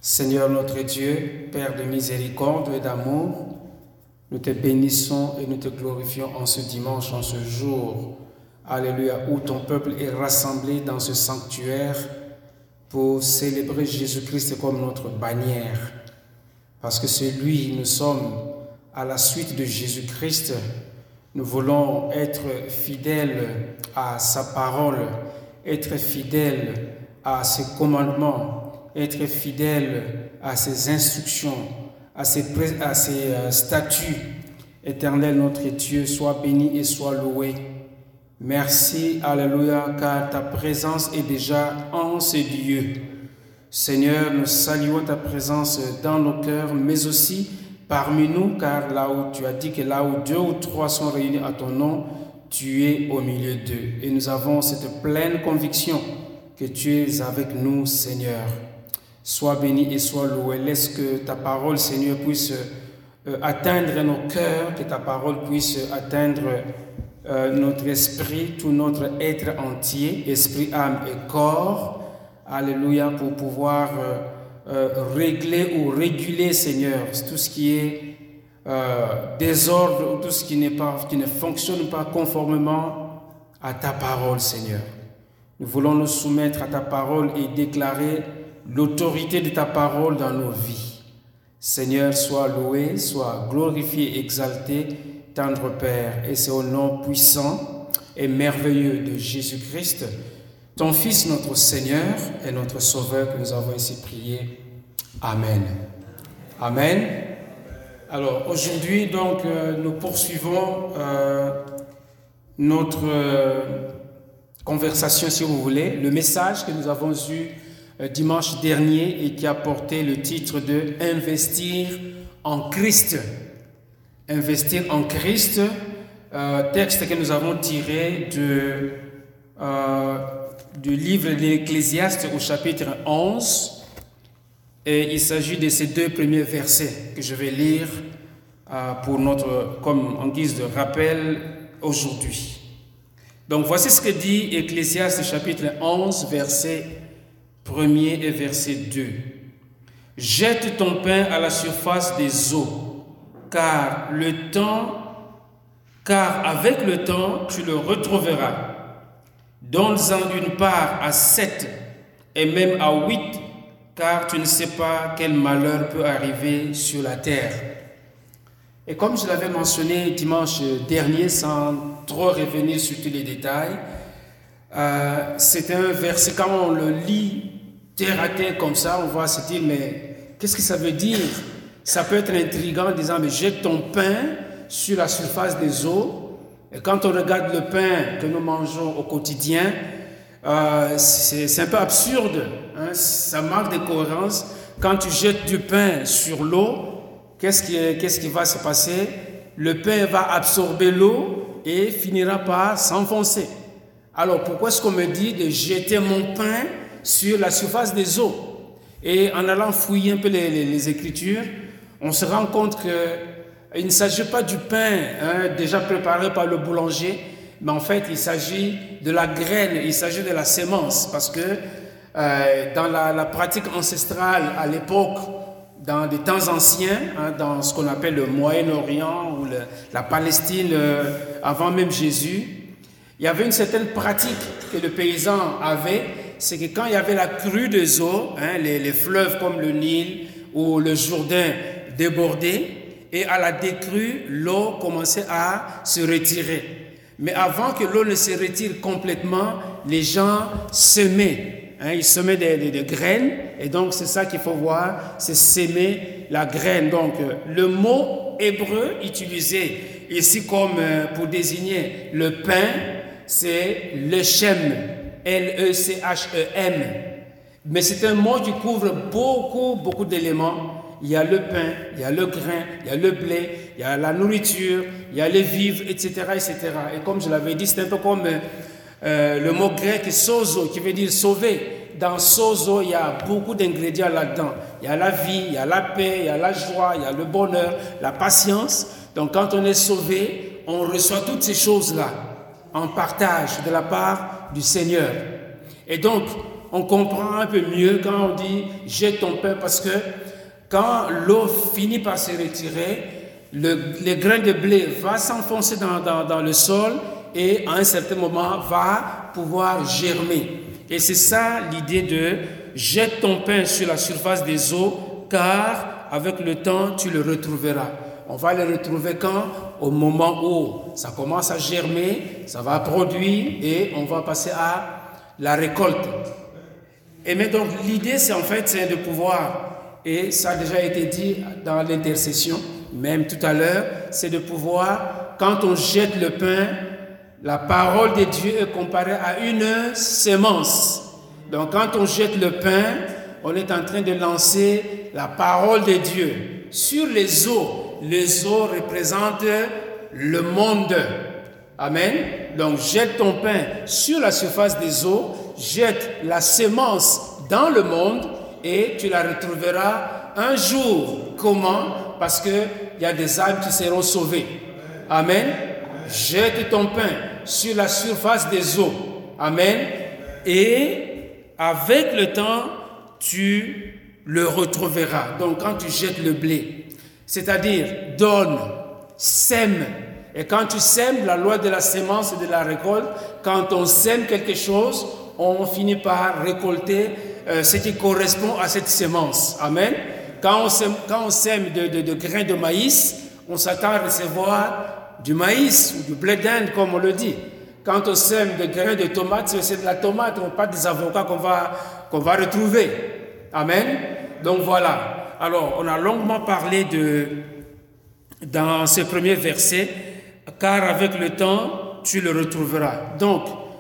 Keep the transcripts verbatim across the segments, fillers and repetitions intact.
Seigneur notre Dieu, Père de miséricorde et d'amour, nous te bénissons et nous te glorifions en ce dimanche, en ce jour, Alléluia, où ton peuple est rassemblé dans ce sanctuaire pour célébrer Jésus-Christ comme notre bannière. Parce que c'est lui, nous sommes à la suite de Jésus-Christ, nous voulons être fidèles à sa parole, être fidèles à ses commandements, être fidèles à ses instructions, à ses, à ses euh, statuts. Éternel notre Dieu, sois béni et sois loué. Merci, alléluia, car ta présence est déjà en ces lieux. Seigneur, nous saluons ta présence dans nos cœurs, mais aussi parmi nous, car là où tu as dit que là où deux ou trois sont réunis à ton nom, tu es au milieu d'eux. Et nous avons cette pleine conviction que tu es avec nous, Seigneur. Sois béni et sois loué. Laisse que ta parole, Seigneur, puisse euh, atteindre nos cœurs, que ta parole puisse atteindre euh, notre esprit, tout notre être entier, esprit, âme et corps. Alléluia, pour pouvoir euh, euh, régler ou réguler, Seigneur, tout ce qui est euh, désordre, tout ce qui n'est pas, qui ne fonctionne pas conformément à ta parole, Seigneur. Nous voulons nous soumettre à ta parole et déclarer l'autorité de ta parole dans nos vies. Seigneur, sois loué, sois glorifié, exalté, tendre Père. Et c'est au nom puissant et merveilleux de Jésus-Christ, ton Fils, notre Seigneur et notre Sauveur, que nous avons ainsi prié. Amen. Amen. Alors, aujourd'hui, donc, euh, nous poursuivons euh, notre euh, conversation, si vous voulez, le message que nous avons eu dimanche dernier et qui a porté le titre de « Investir en Christ ». Investir en Christ, euh, texte que nous avons tiré de, euh, du livre de l'Ecclésiaste au chapitre onze. Et il s'agit de ces deux premiers versets que je vais lire euh, pour notre, comme en guise de rappel aujourd'hui. Donc voici ce que dit Ecclésiaste chapitre onze, verset premier et verset deux. « Jette ton pain à la surface des eaux, car le temps, car avec le temps tu le retrouveras. Donne-en une part à sept et même à huit, car tu ne sais pas quel malheur peut arriver sur la terre. » Et comme je l'avais mentionné dimanche dernier, sans trop revenir sur tous les détails, euh, c'est un verset, quand on le lit terre à terre comme ça, on va se dire, mais qu'est-ce que ça veut dire? Ça peut être intriguant en disant, mais jette ton pain sur la surface des eaux. Et quand on regarde le pain que nous mangeons au quotidien, euh, c'est, c'est un peu absurde, hein? Ça manque de cohérence. Quand tu jettes du pain sur l'eau, qu'est-ce qui, qu'est-ce qui va se passer? Le pain va absorber l'eau et finira par s'enfoncer. Alors pourquoi est-ce qu'on me dit de jeter mon pain sur la surface des eaux? Et en allant fouiller un peu les, les, les Écritures, on se rend compte qu'il ne s'agit pas du pain hein, déjà préparé par le boulanger, mais en fait il s'agit de la graine, il s'agit de la sémence, parce que euh, dans la, la pratique ancestrale à l'époque, dans des temps anciens, hein, dans ce qu'on appelle le Moyen-Orient ou le, la Palestine euh, avant même Jésus, il y avait une certaine pratique que le paysan avait, c'est que quand il y avait la crue des eaux, hein, les, les fleuves comme le Nil ou le Jourdain débordaient, et à la décrue, l'eau commençait à se retirer. Mais avant que l'eau ne se retire complètement, les gens semaient, hein, ils semaient des, des, des graines, et donc c'est ça qu'il faut voir, c'est semer la graine. Donc le mot hébreu utilisé ici comme pour désigner le pain, c'est le shem. L E C H E M. Mais c'est un mot qui couvre beaucoup, beaucoup d'éléments. Il y a le pain, il y a le grain, il y a le blé, il y a la nourriture, il y a les vivres, et cetera, et cetera. Et comme je l'avais dit, c'est un peu comme euh, le mot grec sozo, qui veut dire sauver. Dans sozo, il y a beaucoup d'ingrédients là-dedans. Il y a la vie, il y a la paix, il y a la joie, il y a le bonheur, la patience. Donc quand on est sauvé, on reçoit toutes ces choses-là en partage de la part du Seigneur. Et donc, on comprend un peu mieux quand on dit « jette ton pain » parce que quand l'eau finit par se retirer, le, le grain de blé va s'enfoncer dans, dans, dans le sol et à un certain moment va pouvoir germer. Et c'est ça l'idée de « jette ton pain sur la surface des eaux car avec le temps tu le retrouveras ». On va le retrouver quand? Au moment où ça commence à germer, ça va produire et on va passer à la récolte. Et mais donc l'idée c'est en fait c'est de pouvoir, et ça a déjà été dit dans l'intercession, même tout à l'heure, c'est de pouvoir, quand on jette le pain, la parole de Dieu est comparée à une semence. Donc quand on jette le pain, on est en train de lancer la parole de Dieu sur les eaux. Les eaux représentent le monde. Amen. Donc jette ton pain sur la surface des eaux, jette la semence dans le monde et tu la retrouveras un jour. Comment? Parce qu'il y a des âmes qui seront sauvées. Amen. Jette ton pain sur la surface des eaux. Amen. Et avec le temps, tu le retrouveras. Donc quand tu jettes le blé, c'est-à-dire donne, sème. Et quand tu sèmes, la loi de la sémence et de la récolte, quand on sème quelque chose, on finit par récolter euh, ce qui correspond à cette sémence. Amen. Quand on sème, quand on sème de, de, de grains de maïs, on s'attend à recevoir du maïs ou du blé d'Inde, comme on le dit. Quand on sème de grains de tomates, c'est de la tomate, pas des avocats qu'on va, qu'on va retrouver. Amen. Donc voilà. Alors, on a longuement parlé de, dans ce premier verset, car avec le temps, tu le retrouveras. Donc,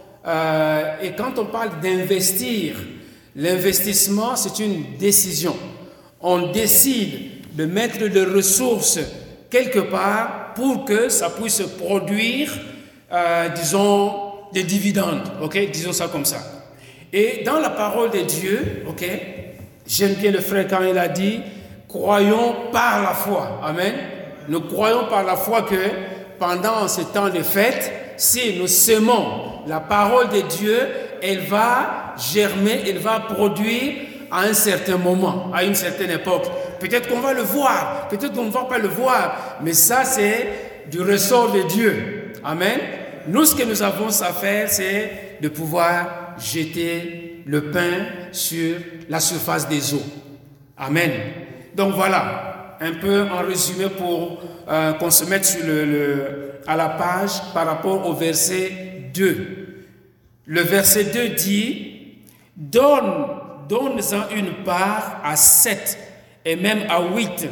euh, et quand on parle d'investir, l'investissement, c'est une décision. On décide de mettre des ressources quelque part pour que ça puisse produire, euh, disons, des dividendes. Ok, disons ça comme ça. Et dans la parole de Dieu, ok, j'aime bien le frère quand il a dit « Croyons par la foi ». Amen. Nous croyons par la foi que pendant ce temps de fête, si nous semons la parole de Dieu, elle va germer, elle va produire à un certain moment, à une certaine époque. Peut-être qu'on va le voir, peut-être qu'on ne va pas le voir, mais ça c'est du ressort de Dieu. Amen. Nous, ce que nous avons à faire, c'est de pouvoir jeter le pain sur la surface des eaux. Amen. Donc voilà, un peu en résumé pour euh, qu'on se mette sur le, le, à la page par rapport au verset deux. Le verset deux dit « Donne, donne-en une part à sept et même à huit,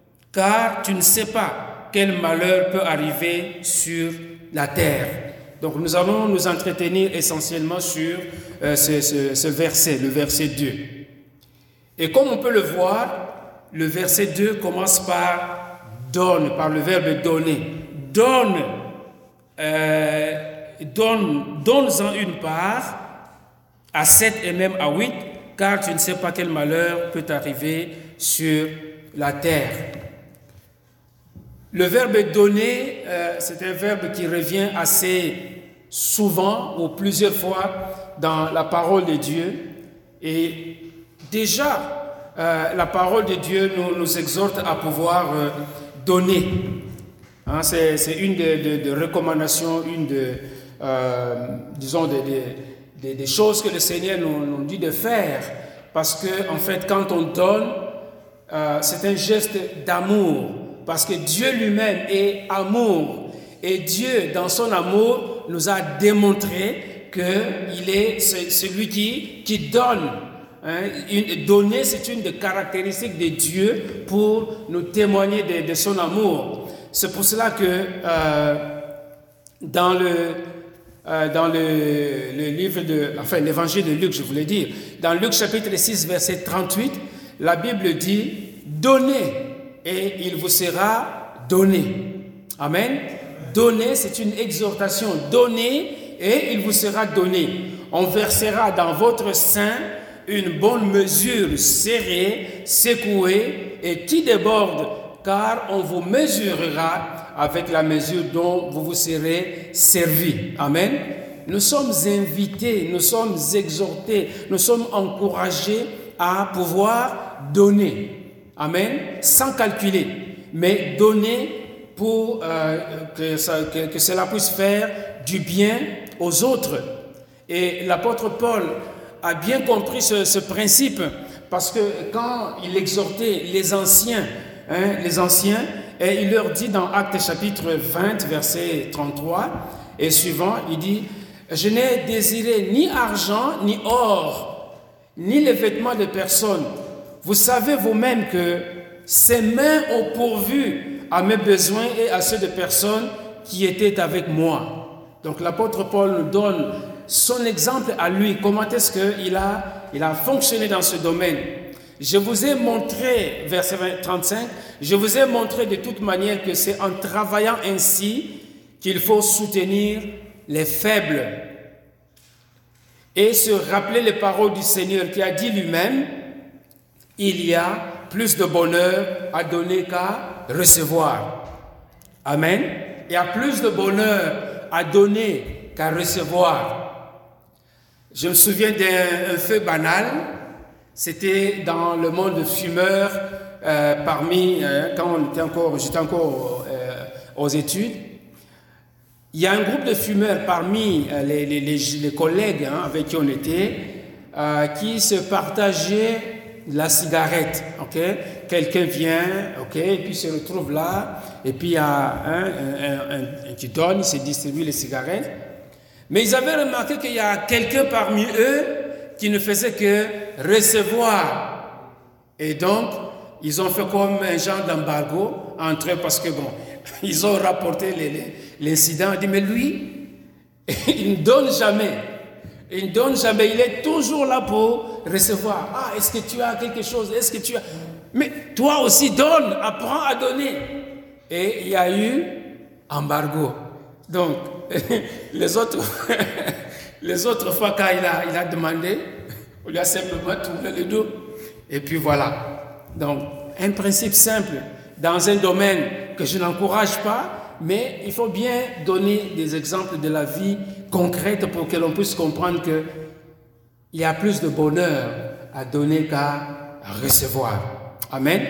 car tu ne sais pas quel malheur peut arriver sur la terre. » Donc nous allons nous entretenir essentiellement sur euh, ce, ce, ce verset, le verset deux. Et comme on peut le voir, le verset deux commence par « donne », par le verbe « donner ». Donne, euh, donne, donne-en une part à sept et même à huit, car tu ne sais pas quel malheur peut arriver sur la terre. Le verbe « donner euh, », c'est un verbe qui revient assez souvent ou plusieurs fois dans la parole de Dieu. Et déjà, euh, la parole de Dieu nous, nous exhorte à pouvoir euh, donner. Hein, c'est, c'est une des de, de recommandations, une de, euh, disons, des de, de, de choses que le Seigneur nous, nous dit de faire. Parce que, en fait, quand on donne, euh, c'est un geste d'amour. Parce que Dieu lui-même est amour. Et Dieu, dans son amour, nous a démontré qu'il est celui qui, qui donne. Hein. Une, donner, c'est une des caractéristiques de Dieu pour nous témoigner de, de son amour. C'est pour cela que euh, dans le... Euh, dans le, le livre de, enfin l'évangile de Luc, je voulais dire, dans Luc chapitre six, verset trente-huit, la Bible dit « Donnez et il vous sera donné ». Amen. Donner, c'est une exhortation. Donnez et il vous sera donné. On versera dans votre sein une bonne mesure serrée, secouée et qui déborde, car on vous mesurera avec la mesure dont vous vous serez servi. Amen. nous sommes invités, nous sommes exhortés, nous sommes encouragés à pouvoir donner. Amen. Sans calculer, mais donner pour euh, que, ça, que, que cela puisse faire du bien aux autres. Et l'apôtre Paul a bien compris ce, ce principe, parce que quand il exhortait les anciens, hein, les anciens, et il leur dit dans Actes chapitre vingt, verset trente-trois et suivant, il dit « Je n'ai désiré ni argent, ni or, ni les vêtements de personne. Vous savez vous-même que ces mains ont pourvu à mes besoins et à ceux de personnes qui étaient avec moi. » Donc l'apôtre Paul nous donne son exemple à lui, comment est-ce qu'il a, il a fonctionné dans ce domaine. Je vous ai montré, verset trente-cinq, je vous ai montré de toute manière que c'est en travaillant ainsi qu'il faut soutenir les faibles et se rappeler les paroles du Seigneur qui a dit lui-même, il y a plus de bonheur à donner qu'à recevoir. Amen. Il y a plus de bonheur à donner qu'à recevoir. Je me souviens d'un fait banal, c'était dans le monde fumeur, euh, parmi, euh, quand on était encore, j'étais encore euh, aux études, il y a un groupe de fumeurs parmi euh, les, les, les, les collègues hein, avec qui on était, euh, qui se partageaient la cigarette, ok? Quelqu'un vient, ok, et puis se retrouve là, et puis il y a un, un, un, un qui donne, il se distribue les cigarettes. Mais ils avaient remarqué qu'il y a quelqu'un parmi eux qui ne faisait que recevoir. Et donc, ils ont fait comme un genre d'embargo entre eux parce que, bon, ils ont rapporté les, les, l'incident. Ils dit, mais lui, il ne donne jamais. Il ne donne jamais. Il est toujours là pour recevoir. Ah, est-ce que tu as quelque chose? Est-ce que tu as... Mais toi aussi, donne, apprends à donner. Et il y a eu embargo. Donc, les autres, les autres fois, quand il a, il a demandé, on lui a simplement tourné le dos. Et puis voilà. Donc, un principe simple dans un domaine que je n'encourage pas, mais il faut bien donner des exemples de la vie concrète pour que l'on puisse comprendre qu'il y a plus de bonheur à donner qu'à recevoir. Amen.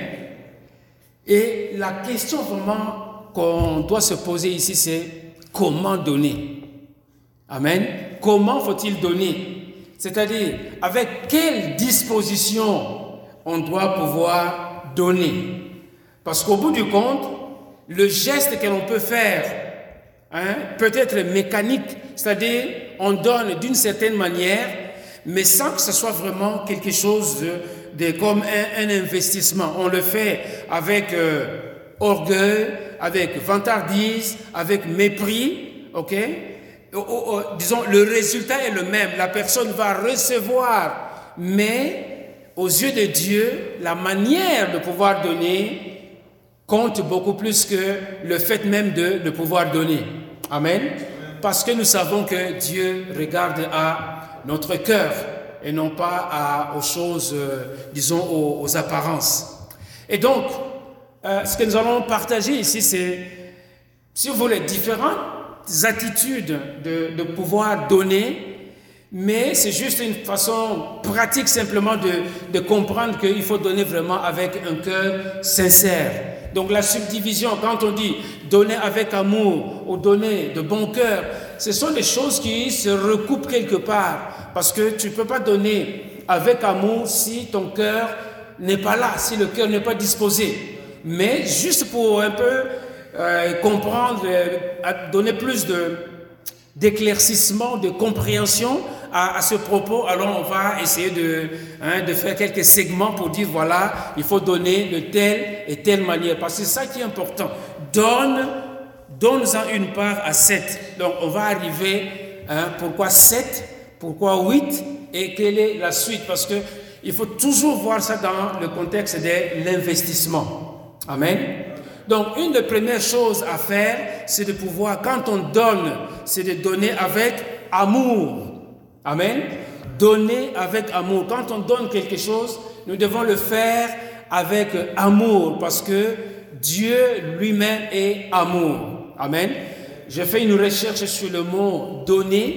Et la question vraiment qu'on doit se poser ici, c'est comment donner? Amen. Comment faut-il donner? C'est-à-dire, avec quelle disposition on doit pouvoir donner? Parce qu'au bout du compte, le geste que l'on peut faire hein, peut être mécanique, c'est-à-dire on donne d'une certaine manière, mais sans que ce soit vraiment quelque chose de, de comme un, un investissement. On le fait avec euh, orgueil, avec vantardise, avec mépris, ok? Oh, oh, oh, disons, le résultat est le même. La personne va recevoir, mais aux yeux de Dieu, la manière de pouvoir donner compte beaucoup plus que le fait même de, de pouvoir donner. Amen. Parce que nous savons que Dieu regarde à notre cœur et non pas à, aux choses, euh, disons, aux, aux apparences. Et donc, euh, ce que nous allons partager ici, c'est, si vous voulez, différentes attitudes de, de pouvoir donner, mais c'est juste une façon pratique simplement de, de comprendre qu'il faut donner vraiment avec un cœur sincère. Donc la subdivision, quand on dit donner avec amour ou donner de bon cœur, ce sont des choses qui se recoupent quelque part, parce que tu ne peux pas donner avec amour si ton cœur n'est pas là, si le cœur n'est pas disposé. Mais juste pour un peu euh, comprendre, euh, donner plus de, d'éclaircissement, de compréhension à, à ce propos, alors on va essayer de, hein, de faire quelques segments pour dire voilà, il faut donner de telle et telle manière, parce que c'est ça qui est important. Donne, donne-en une part à sept. Donc on va arriver, hein, pourquoi sept, pourquoi huit, et quelle est la suite, parce que il faut toujours voir ça dans le contexte de l'investissement. Amen. Donc, une des premières choses à faire, c'est de pouvoir, quand on donne, c'est de donner avec amour. Amen. Donner avec amour. Quand on donne quelque chose, nous devons le faire avec amour, parce que Dieu lui-même est amour. Amen. J'ai fait une recherche sur le mot donner.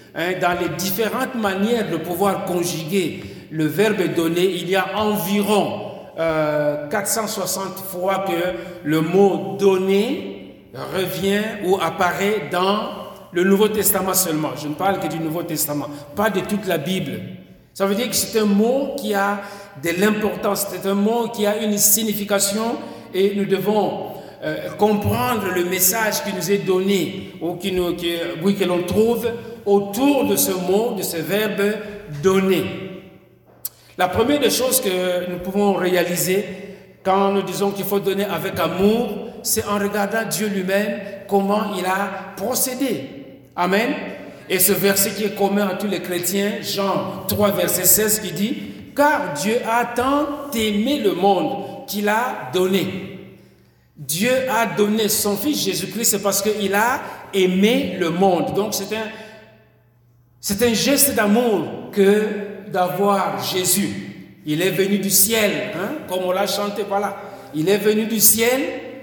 hein, dans les différentes manières de pouvoir conjuguer le verbe donner, il y a environ euh, quatre cent soixante fois que le mot donner revient ou apparaît dans le Nouveau Testament seulement. Je ne parle que du Nouveau Testament, pas de toute la Bible. Ça veut dire que c'est un mot qui a de l'importance, c'est un mot qui a une signification et nous devons euh, comprendre le message qui nous est donné ou qui nous, qui, oui, que l'on trouve autour de ce mot, de ce verbe donner. La première des choses que nous pouvons réaliser quand nous disons qu'il faut donner avec amour, c'est en regardant Dieu lui-même, comment il a procédé. Amen. Et ce verset qui est commun à tous les chrétiens, Jean trois, verset seize, qui dit « Car Dieu a tant aimé le monde qu'il a donné. » Dieu a donné son Fils Jésus-Christ, c'est parce qu'il a aimé le monde. Donc c'est un, c'est un geste d'amour que d'avoir Jésus. Il est venu du ciel, hein, comme on l'a chanté, voilà. Il est venu du ciel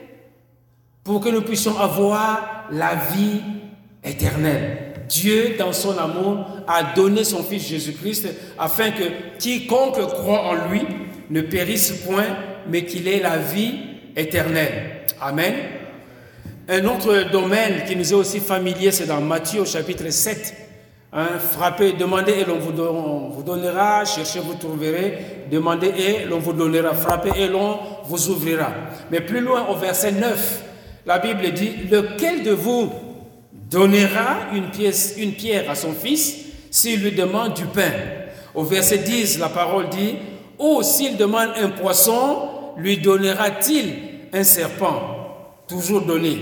pour que nous puissions avoir la vie éternelle. Dieu, dans son amour, a donné son Fils Jésus-Christ afin que quiconque croit en lui ne périsse point, mais qu'il ait la vie éternelle. Amen. Un autre domaine qui nous est aussi familier, c'est dans Matthieu au chapitre sept. Hein, frappez, demandez et l'on vous, don, on vous donnera, cherchez, vous trouverez, demandez et l'on vous donnera, frappez et l'on vous ouvrira. Mais plus loin, au verset neuf, la Bible dit « Lequel de vous donnera une, pièce, une pierre à son fils s'il lui demande du pain ?» Au verset dix, la parole dit « Ou s'il demande un poisson, lui donnera-t-il un serpent ?» Toujours donné.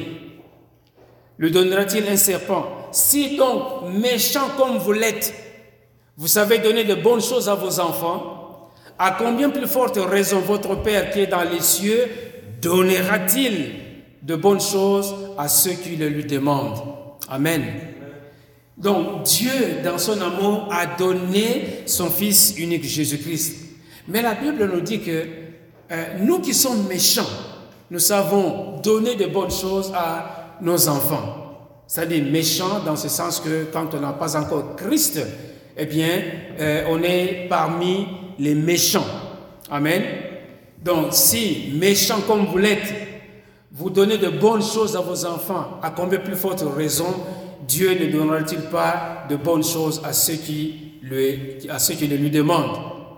Lui donnera-t-il un serpent? Si donc, méchant comme vous l'êtes, vous savez donner de bonnes choses à vos enfants, à combien plus forte raison votre Père qui est dans les cieux donnera-t-il de bonnes choses à ceux qui le lui demandent? Amen. Donc, Dieu, dans son amour, a donné son Fils unique, Jésus-Christ. Mais la Bible nous dit que euh, nous qui sommes méchants, nous savons donner de bonnes choses à nos enfants. C'est-à-dire méchant dans ce sens que quand on n'a pas encore Christ, eh bien, euh, on est parmi les méchants. Amen. Donc, si méchant comme vous l'êtes, vous donnez de bonnes choses à vos enfants, à combien plus forte raison Dieu ne donnera-t-il pas de bonnes choses à ceux qui, lui, à ceux qui le lui demandent?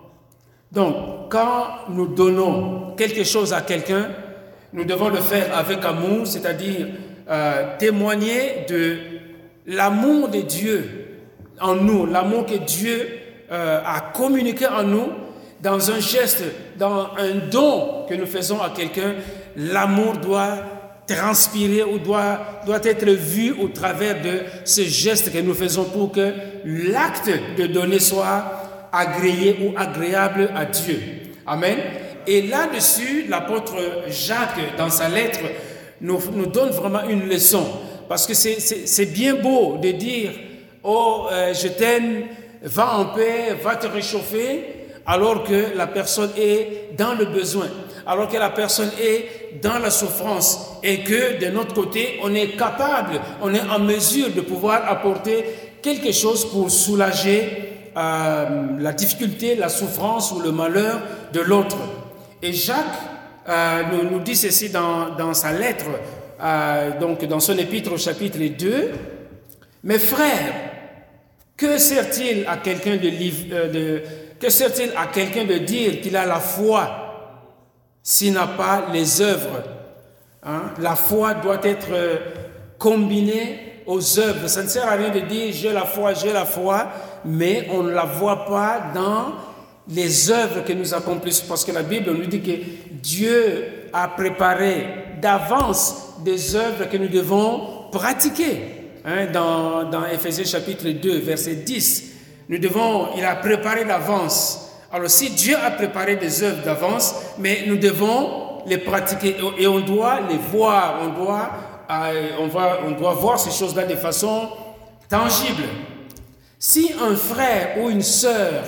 Donc, quand nous donnons quelque chose à quelqu'un, nous devons le faire avec amour, c'est-à-dire euh, témoigner de l'amour de Dieu en nous, l'amour que Dieu euh, a communiqué en nous dans un geste, dans un don que nous faisons à quelqu'un. L'amour doit transpirer ou doit, doit être vu au travers de ce geste que nous faisons pour que l'acte de donner soit agréé ou agréable à Dieu. Amen. Et là-dessus, l'apôtre Jacques, dans sa lettre, nous, nous donne vraiment une leçon. Parce que c'est, c'est, c'est bien beau de dire « Oh, euh, je t'aime, va en paix, va te réchauffer », alors que la personne est dans le besoin, alors que la personne est dans la souffrance et que de notre côté, on est capable, on est en mesure de pouvoir apporter quelque chose pour soulager euh, la difficulté, la souffrance ou le malheur de l'autre. Et Jacques euh, nous, nous dit ceci dans, dans sa lettre, euh, donc dans son épître au chapitre deux. « Mes frères, que sert-il à quelqu'un de, euh, de, que sert-il à quelqu'un de dire qu'il a la foi s'il n'a pas les œuvres? Hein? La foi doit être euh, combinée aux œuvres. Ça ne sert à rien de dire j'ai la foi, j'ai la foi, mais on ne la voit pas dans les œuvres que nous accomplissons, parce que la Bible nous dit que Dieu a préparé d'avance des œuvres que nous devons pratiquer. Hein, dans, dans Éphésiens chapitre deux, verset dix, nous devons, il a préparé d'avance. Alors si Dieu a préparé des œuvres d'avance, mais nous devons les pratiquer et on doit les voir, on doit, euh, on va, on doit voir ces choses-là de façon tangible. Si un frère ou une sœur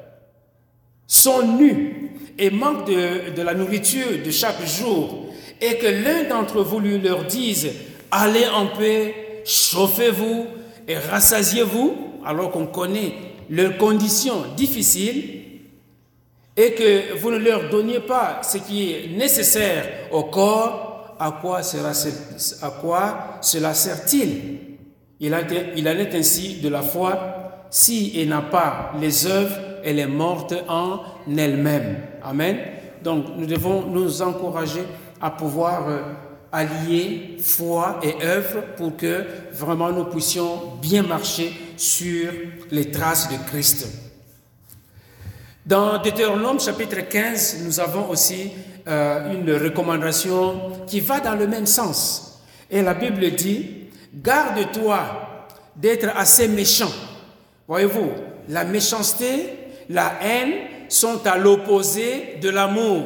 sont nus et manquent de, de la nourriture de chaque jour, et que l'un d'entre vous lui leur dise « Allez en paix, chauffez-vous et rassasiez-vous », alors qu'on connaît leurs conditions difficiles, et que vous ne leur donniez pas ce qui est nécessaire au corps, à quoi, sera, à quoi cela sert-il? Il, a, il en est ainsi de la foi. Si elle n'a pas les œuvres, elle est morte en elle-même. Amen. Donc nous devons nous encourager à pouvoir euh, allier foi et œuvre pour que vraiment nous puissions bien marcher sur les traces de Christ. Dans Deutéronome chapitre quinze, nous avons aussi euh, une recommandation qui va dans le même sens. Et la Bible dit, garde-toi d'être assez méchant. Voyez-vous, la méchanceté, la haine sont à l'opposé de l'amour.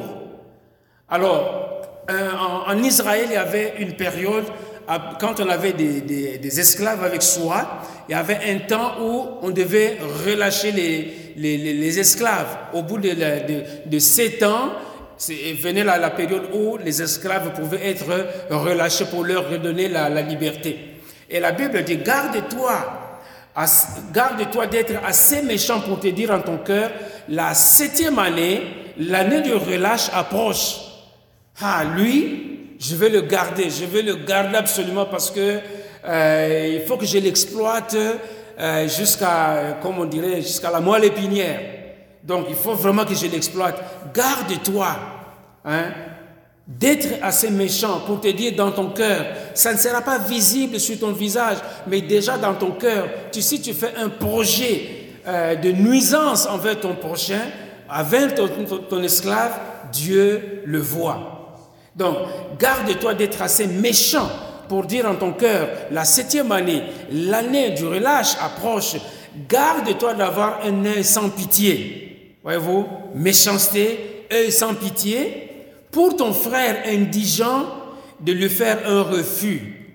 Alors, en, en Israël, il y avait une période, quand on avait des, des, des esclaves avec soi, il y avait un temps où on devait relâcher les, les, les, les esclaves. Au bout de, de, de sept ans, venait la, la période où les esclaves pouvaient être relâchés pour leur redonner la, la liberté. Et la Bible dit, garde-toi, garde-toi d'être assez méchant pour te dire en ton cœur, la septième année, l'année du relâche approche. Ah, lui, je vais le garder, je vais le garder absolument parce que euh, il faut que je l'exploite euh, jusqu'à, comme on dirait, jusqu'à la moelle épinière. Donc, il faut vraiment que je l'exploite. Garde-toi, hein, d'être assez méchant pour te dire dans ton cœur, ça ne sera pas visible sur ton visage, mais déjà dans ton cœur, tu sais, tu fais un projet euh, de nuisance envers ton prochain, avec ton, ton, ton esclave, Dieu le voit. Donc, garde-toi d'être assez méchant pour dire en ton cœur, la septième année, l'année du relâche approche, garde-toi d'avoir un œil sans pitié. Voyez-vous, méchanceté, œil sans pitié, pour ton frère indigent de lui faire un refus.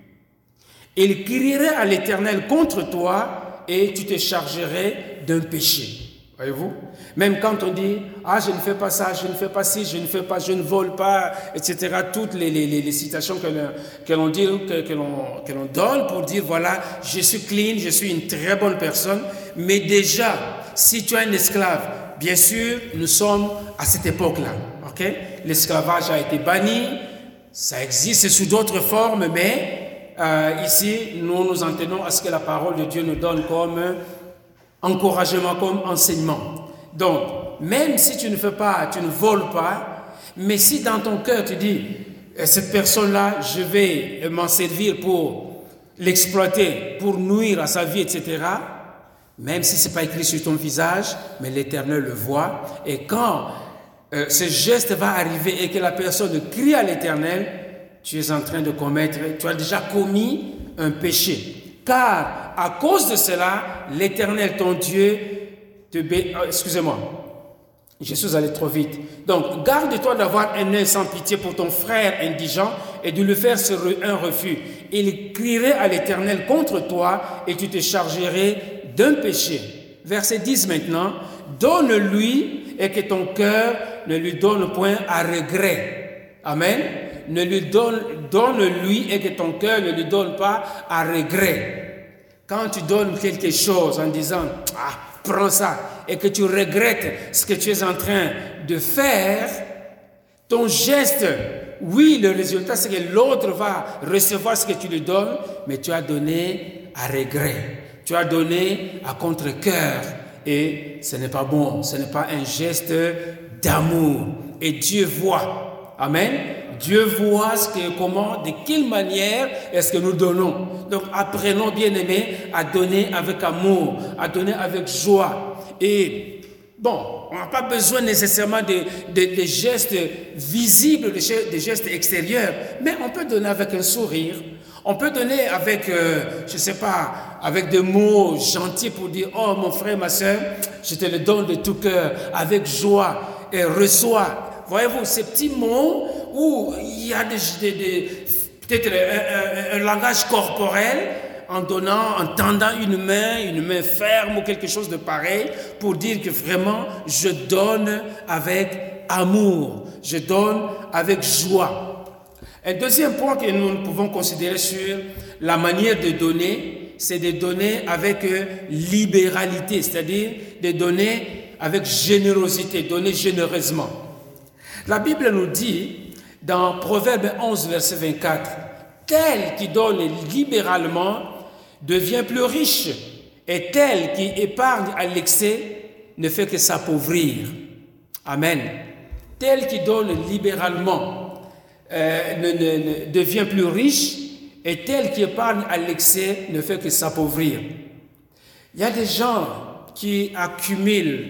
Il crierait à l'Éternel contre toi et tu te chargerais d'un péché. Voyez-vous? Même quand on dit, ah, je ne fais pas ça, je ne fais pas ci, je ne fais pas, je ne vole pas, et cetera. Toutes les, les, les citations que, que l'on dit, que, que, l'on, que l'on donne pour dire, voilà, je suis clean, je suis une très bonne personne. Mais déjà, si tu es un esclave, bien sûr, nous sommes à cette époque-là. Okay? L'esclavage a été banni, ça existe sous d'autres formes, mais euh, ici, nous nous en tenons à ce que la parole de Dieu nous donne comme encouragement, comme enseignement. Donc, même si tu ne fais pas, tu ne voles pas, mais si dans ton cœur tu dis, cette personne-là, je vais m'en servir pour l'exploiter, pour nuire à sa vie, et cetera, même si ce n'est pas écrit sur ton visage, mais l'Éternel le voit, et quand euh, ce geste va arriver et que la personne crie à l'Éternel, tu es en train de commettre, tu as déjà commis un péché. Car à cause de cela, l'Éternel, ton Dieu, te bé... oh, excusez-moi, je suis allé trop vite. Donc, garde-toi d'avoir un œil sans pitié pour ton frère indigent et de lui faire un refus. Il crierait à l'Éternel contre toi et tu te chargerais d'un péché. Verset dix maintenant, donne-lui et que ton cœur ne lui donne point à regret. Amen. Ne lui donne, donne-lui et que ton cœur ne lui donne pas à regret. Quand tu donnes quelque chose en disant, ah, prends ça, et que tu regrettes ce que tu es en train de faire, ton geste, oui, le résultat, c'est que l'autre va recevoir ce que tu lui donnes, mais tu as donné à regret. Tu as donné à contre-cœur. Et ce n'est pas bon, ce n'est pas un geste d'amour. Et Dieu voit. Amen. Dieu voit ce que, comment, de quelle manière est-ce que nous donnons. Donc apprenons, bien-aimés, à donner avec amour, à donner avec joie. Et bon, on n'a pas besoin nécessairement de, de, de gestes visibles, de gestes extérieurs, mais on peut donner avec un sourire. On peut donner avec, euh, je ne sais pas, avec des mots gentils pour dire, oh mon frère, ma soeur, je te le donne de tout cœur, avec joie, et reçois. Voyez-vous, ces petits mots où il y a des, des, des, peut-être un, un, un langage corporel, en donnant, en tendant une main, une main ferme ou quelque chose de pareil, pour dire que vraiment, je donne avec amour, je donne avec joie. Un deuxième point que nous pouvons considérer sur la manière de donner, c'est de donner avec libéralité, c'est-à-dire de donner avec générosité, donner généreusement. La Bible nous dit, dans Proverbe onze, verset vingt-quatre, « Tel qui donne libéralement devient plus riche, et tel qui épargne à l'excès ne fait que s'appauvrir. » Amen. Tel qui donne libéralement euh, ne, ne, ne devient plus riche, et tel qui épargne à l'excès ne fait que s'appauvrir. Il y a des gens qui accumulent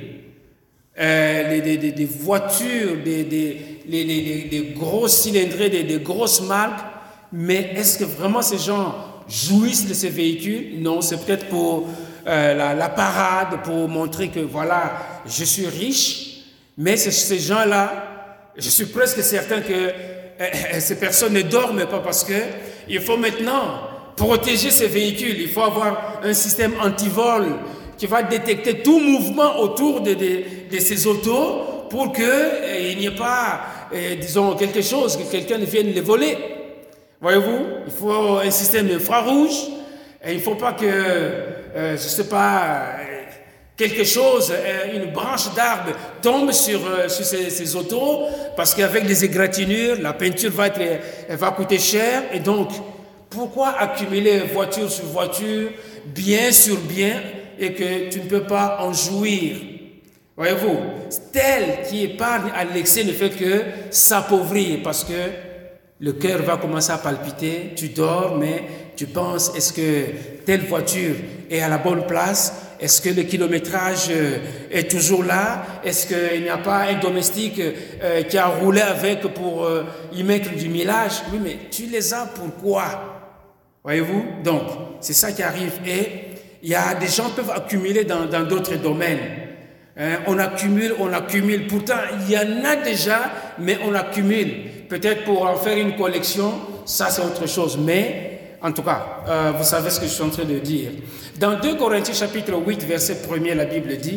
euh, les, des, des, des voitures, des, des, les, les, des grosses cylindrées, des, des grosses marques, mais est-ce que vraiment ces gens jouissent de ces véhicules? Non, c'est peut-être pour euh, la, la parade, pour montrer que voilà, je suis riche, mais ces gens-là, je suis presque certain que euh, ces personnes ne dorment pas parce que il faut maintenant protéger ces véhicules. Il faut avoir un système anti-vol qui va détecter tout mouvement autour de, de, de ces autos pour qu'il euh, n'y ait pas, euh, disons, quelque chose, que quelqu'un vienne les voler. Voyez-vous, il faut un système infrarouge et il ne faut pas que, euh, je ne sais pas, quelque chose, euh, une branche d'arbre tombe sur, euh, sur ces, ces autos parce qu'avec les égratignures, la peinture va, être, elle va coûter cher. Et donc, pourquoi accumuler voiture sur voiture, bien sur bien, et que tu ne peux pas en jouir? Voyez-vous, tel qui épargne à l'excès ne fait que s'appauvrir parce que le cœur va commencer à palpiter, tu dors, mais tu penses, est-ce que telle voiture est à la bonne place? Est-ce que le kilométrage est toujours là? Est-ce qu'il n'y a pas un domestique euh, qui a roulé avec pour euh, y mettre du millage? Oui, mais tu les as pourquoi? Voyez-vous? Donc, c'est ça qui arrive. Et il y a des gens qui peuvent accumuler dans, dans d'autres domaines. Hein, on accumule, on accumule. Pourtant, il y en a déjà, mais on accumule. Peut-être pour en faire une collection, ça c'est autre chose. Mais, en tout cas, euh, vous savez ce que je suis en train de dire. Dans deux Corinthiens chapitre huit, verset premier, la Bible dit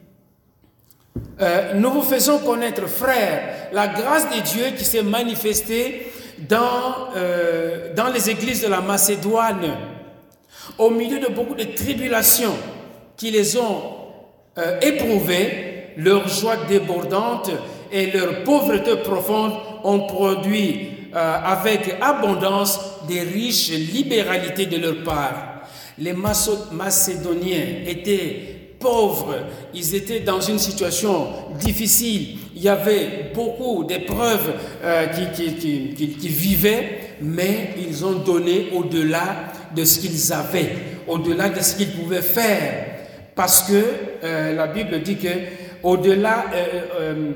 euh, « Nous vous faisons connaître, frères, la grâce de Dieu qui s'est manifestée dans, euh, dans les églises de la Macédoine, au milieu de beaucoup de tribulations qui les ont euh, éprouvées, leur joie débordante et leur pauvreté profonde ont produit euh, avec abondance des riches libéralités de leur part. Les Macédoniens étaient pauvres, ils étaient dans une situation difficile, il y avait beaucoup d'épreuves euh, qui, qui, qui, qui vivaient, mais ils ont donné au-delà de ce qu'ils avaient, au-delà de ce qu'ils pouvaient faire, parce que euh, la Bible dit que au-delà, euh, euh,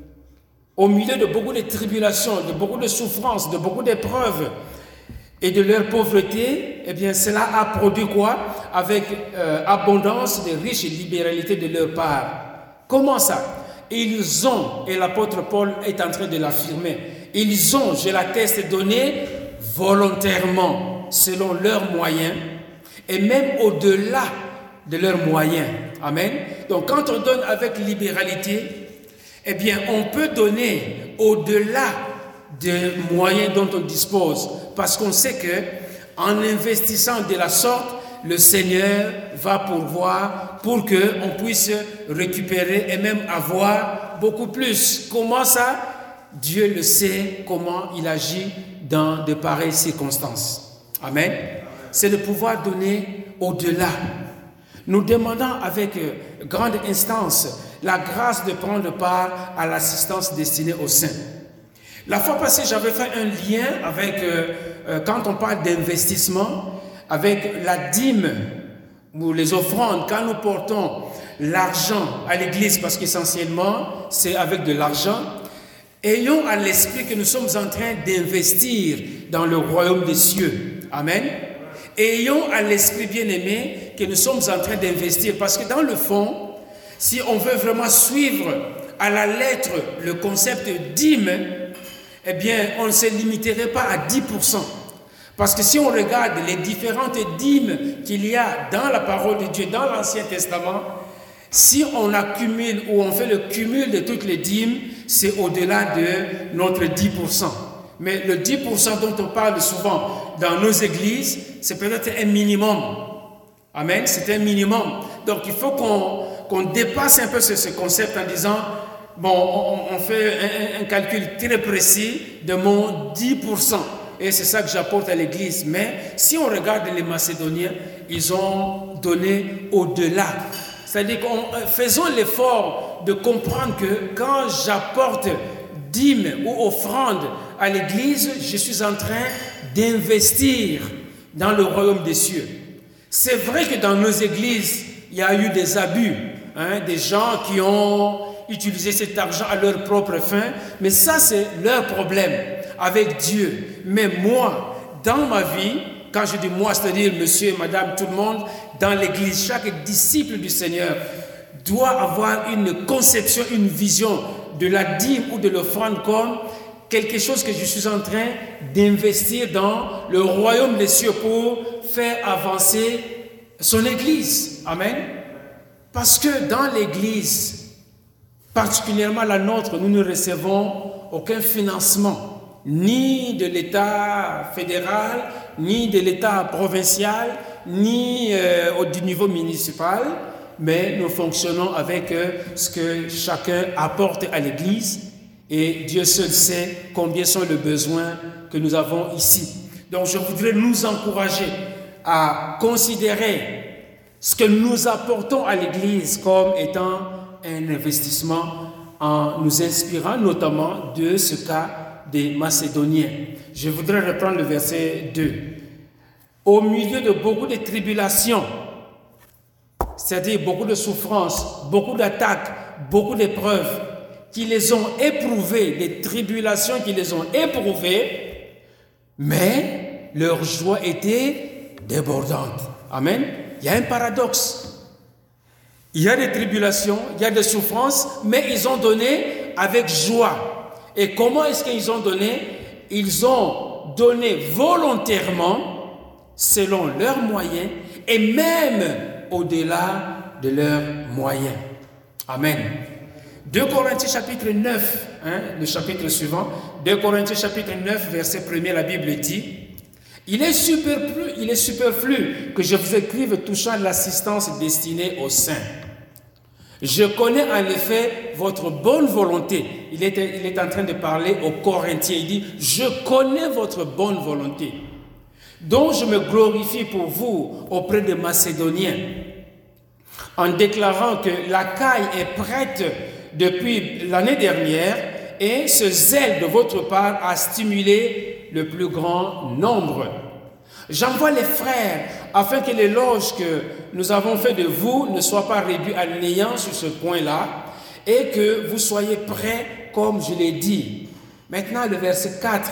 au milieu de beaucoup de tribulations, de beaucoup de souffrances, de beaucoup d'épreuves et de leur pauvreté, eh bien cela a produit quoi? Avec euh, abondance de riches et libéralité de leur part. Comment ça? Ils ont, et l'apôtre Paul est en train de l'affirmer, ils ont, je l'atteste, donné volontairement, selon leurs moyens, et même au-delà de leurs moyens. Amen. Donc quand on donne avec libéralité, eh bien on peut donner au-delà des moyens dont on dispose, parce qu'on sait que en investissant de la sorte, le Seigneur va pourvoir pour qu'on puisse récupérer et même avoir beaucoup plus. Comment ça? Dieu le sait, comment il agit dans de pareilles circonstances. Amen. C'est de pouvoir donner au-delà. Nous demandons avec grande instance la grâce de prendre part à l'assistance destinée aux saints. La fois passée, j'avais fait un lien avec, euh, euh, quand on parle d'investissement, avec la dîme ou les offrandes. Quand nous portons l'argent à l'église, parce qu'essentiellement, c'est avec de l'argent, ayons à l'esprit que nous sommes en train d'investir dans le royaume des cieux. Amen. Ayons à l'esprit, bien-aimé, que nous sommes en train d'investir, parce que dans le fond, si on veut vraiment suivre à la lettre le concept dîme, eh bien, on ne se limiterait pas à dix pour cent. Parce que si on regarde les différentes dîmes qu'il y a dans la parole de Dieu, dans l'Ancien Testament, si on accumule ou on fait le cumul de toutes les dîmes, c'est au-delà de notre dix pour cent. Mais le dix pour cent dont on parle souvent dans nos églises, c'est peut-être un minimum. Amen, c'est un minimum. Donc il faut qu'on qu'on dépasse un peu ce, ce concept en disant, bon, on, on fait un, un calcul très précis de mon dix pour cent. Et c'est ça que j'apporte à l'église. Mais si on regarde les Macédoniens, ils ont donné au-delà. C'est-à-dire qu'on faisons l'effort de comprendre que quand j'apporte dîme ou offrande à l'église, je suis en train d'investir dans le royaume des cieux. C'est vrai que dans nos églises, il y a eu des abus, hein, des gens qui ont utilisé cet argent à leur propre fin, mais ça c'est leur problème avec Dieu. Mais moi, dans ma vie, quand je dis moi, c'est-à-dire monsieur et madame, tout le monde, dans l'église, chaque disciple du Seigneur doit avoir une conception, une vision de la dîme ou de l'offrande comme quelque chose que je suis en train d'investir dans le royaume des cieux pour faire avancer son église. Amen. Parce que dans l'église, particulièrement la nôtre, nous ne recevons aucun financement, ni de l'État fédéral, ni de l'État provincial, ni euh, au du niveau municipal, mais nous fonctionnons avec euh, ce que chacun apporte à l'église. Et Dieu seul sait combien sont les besoins que nous avons ici. Donc je voudrais nous encourager à considérer ce que nous apportons à l'Église comme étant un investissement en nous inspirant notamment de ce cas des Macédoniens. Je voudrais reprendre le verset deux. Au milieu de beaucoup de tribulations, c'est-à-dire beaucoup de souffrances, beaucoup d'attaques, beaucoup d'épreuves, qui les ont éprouvés, des tribulations qui les ont éprouvés, mais leur joie était débordante. Amen. Il y a un paradoxe. Il y a des tribulations, il y a des souffrances, mais ils ont donné avec joie. Et comment est-ce qu'ils ont donné? Ils ont donné volontairement, selon leurs moyens, et même au-delà de leurs moyens. Amen. deux Corinthiens chapitre neuf, hein, le chapitre suivant, deux Corinthiens chapitre neuf, verset premier, la Bible dit, il est superflu, il est superflu que je vous écrive touchant l'assistance destinée aux saints. Je connais en effet votre bonne volonté. Il est, il est en train de parler aux Corinthiens. Il dit, je connais votre bonne volonté, dont je me glorifie pour vous auprès des Macédoniens, en déclarant que la caille est prête depuis l'année dernière, et ce zèle de votre part a stimulé le plus grand nombre. J'envoie les frères afin que l'éloge que nous avons fait de vous ne soit pas réduit à néant sur ce point-là, et que vous soyez prêts comme je l'ai dit. Maintenant, le verset quatre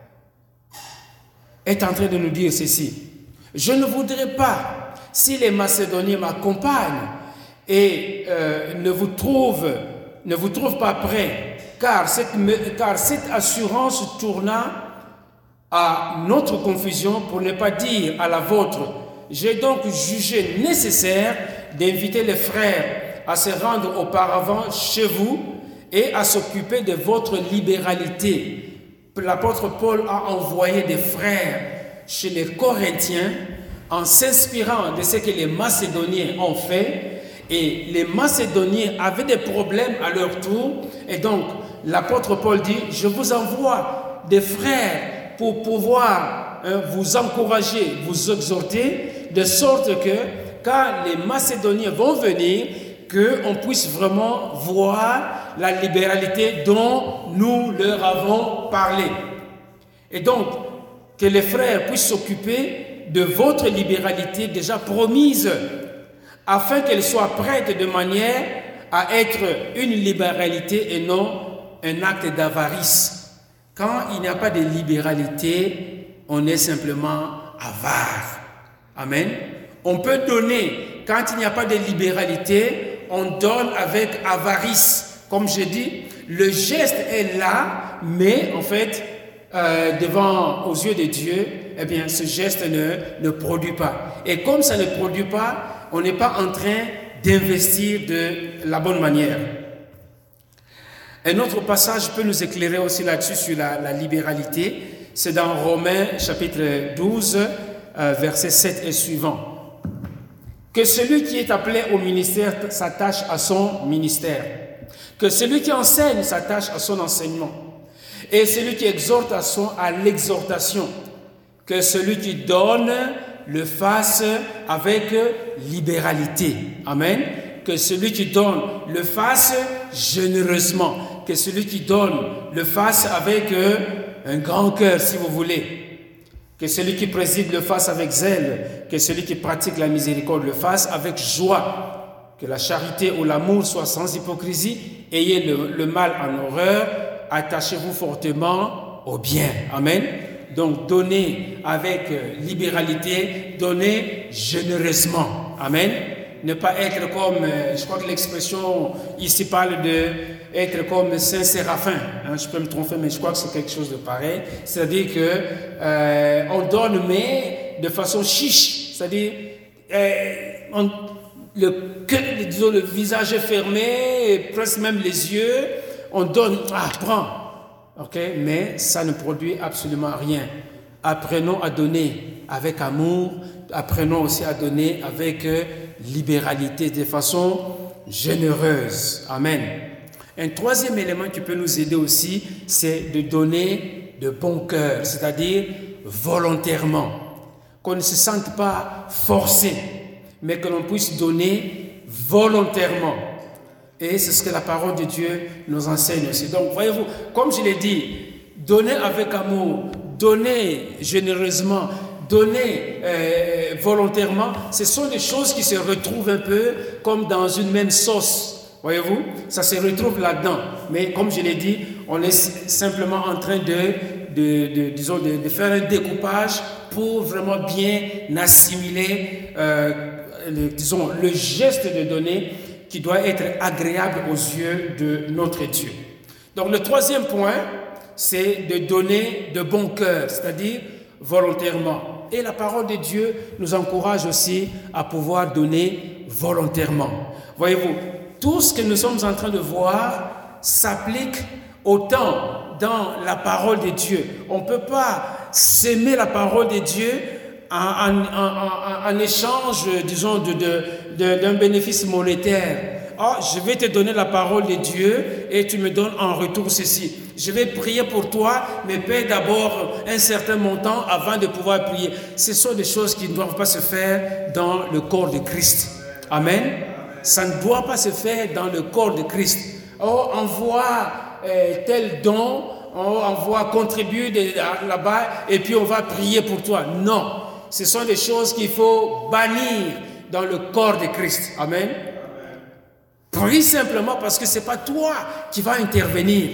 est en train de nous dire ceci. Je ne voudrais pas, si les Macédoniens m'accompagnent et euh, ne vous trouvent ne vous trouve pas prêt, car cette, car cette assurance tourna à notre confusion, pour ne pas dire à la vôtre. J'ai donc jugé nécessaire d'inviter les frères à se rendre auparavant chez vous et à s'occuper de votre libéralité. L'apôtre Paul a envoyé des frères chez les Corinthiens en s'inspirant de ce que les Macédoniens ont fait. Et les Macédoniens avaient des problèmes à leur tour. Et donc, l'apôtre Paul dit, je vous envoie des frères pour pouvoir hein, vous encourager, vous exhorter, de sorte que, quand les Macédoniens vont venir, qu'on puisse vraiment voir la libéralité dont nous leur avons parlé. Et donc, que les frères puissent s'occuper de votre libéralité déjà promise, afin qu'elle soit prête de manière à être une libéralité et non un acte d'avarice. Quand il n'y a pas de libéralité, on est simplement avare. Amen. On peut donner. Quand il n'y a pas de libéralité, on donne avec avarice. Comme je dis, le geste est là, mais en fait, euh, devant, aux yeux de Dieu, eh bien, ce geste ne, ne produit pas. Et comme ça ne produit pas, on n'est pas en train d'investir de la bonne manière. Un autre passage peut nous éclairer aussi là-dessus sur la, la libéralité. C'est dans Romains chapitre douze, euh, versets sept et suivants. Que celui qui est appelé au ministère s'attache à son ministère. Que celui qui enseigne s'attache à son enseignement. Et celui qui exhorte à, son, à l'exhortation. Que celui qui donne le fasse avec libéralité. Amen. Que celui qui donne le fasse généreusement. Que celui qui donne le fasse avec euh, un grand cœur, si vous voulez. Que celui qui préside le fasse avec zèle. Que celui qui pratique la miséricorde le fasse avec joie. Que la charité ou l'amour soit sans hypocrisie. Ayez le, le mal en horreur. Attachez-vous fortement au bien. Amen. Donc, donnez avec libéralité, donnez généreusement. Amen. Ne pas être comme, je crois que l'expression ici parle de être comme Saint Séraphin. Hein, je peux me tromper, mais je crois que c'est quelque chose de pareil. C'est-à-dire que euh, on donne, mais de façon chiche. C'est-à-dire, euh, on, le, disons, le visage est fermé, presque même les yeux. On donne, ah, prends. Ok, mais ça ne produit absolument rien. Apprenons à donner avec amour, apprenons aussi à donner avec euh, libéralité, de façon généreuse. Amen. Un troisième élément qui peut nous aider aussi, c'est de donner de bon cœur, c'est-à-dire volontairement. Qu'on ne se sente pas forcé, mais que l'on puisse donner volontairement. Et c'est ce que la parole de Dieu nous enseigne aussi. Donc, voyez-vous, comme je l'ai dit, donner avec amour, donner généreusement, donner euh, volontairement, ce sont des choses qui se retrouvent un peu comme dans une même sauce. Voyez-vous, ça se retrouve là-dedans. Mais comme je l'ai dit, on est simplement en train de, de, de, disons, de, de faire un découpage pour vraiment bien assimiler, euh, le, disons, le geste de donner qui doit être agréable aux yeux de notre Dieu. Donc le troisième point, c'est de donner de bon cœur, c'est-à-dire volontairement. Et la parole de Dieu nous encourage aussi à pouvoir donner volontairement. Voyez-vous, tout ce que nous sommes en train de voir s'applique autant dans la parole de Dieu. On ne peut pas s'aimer la parole de Dieu en, en, en, en échange, disons, de, de, de, d'un bénéfice monétaire. Oh, je vais te donner la parole de Dieu et tu me donnes en retour ceci. Je vais prier pour toi, mais paie d'abord un certain montant avant de pouvoir prier. Ce sont des choses qui ne doivent pas se faire dans le corps de Christ. Amen. Ça ne doit pas se faire dans le corps de Christ. Oh, envoie euh, tel don, oh, envoie contribuer de, là-bas et puis on va prier pour toi. Non, ce sont des choses qu'il faut bannir dans le corps de Christ. Amen. Prie simplement parce que ce n'est pas toi qui vas intervenir.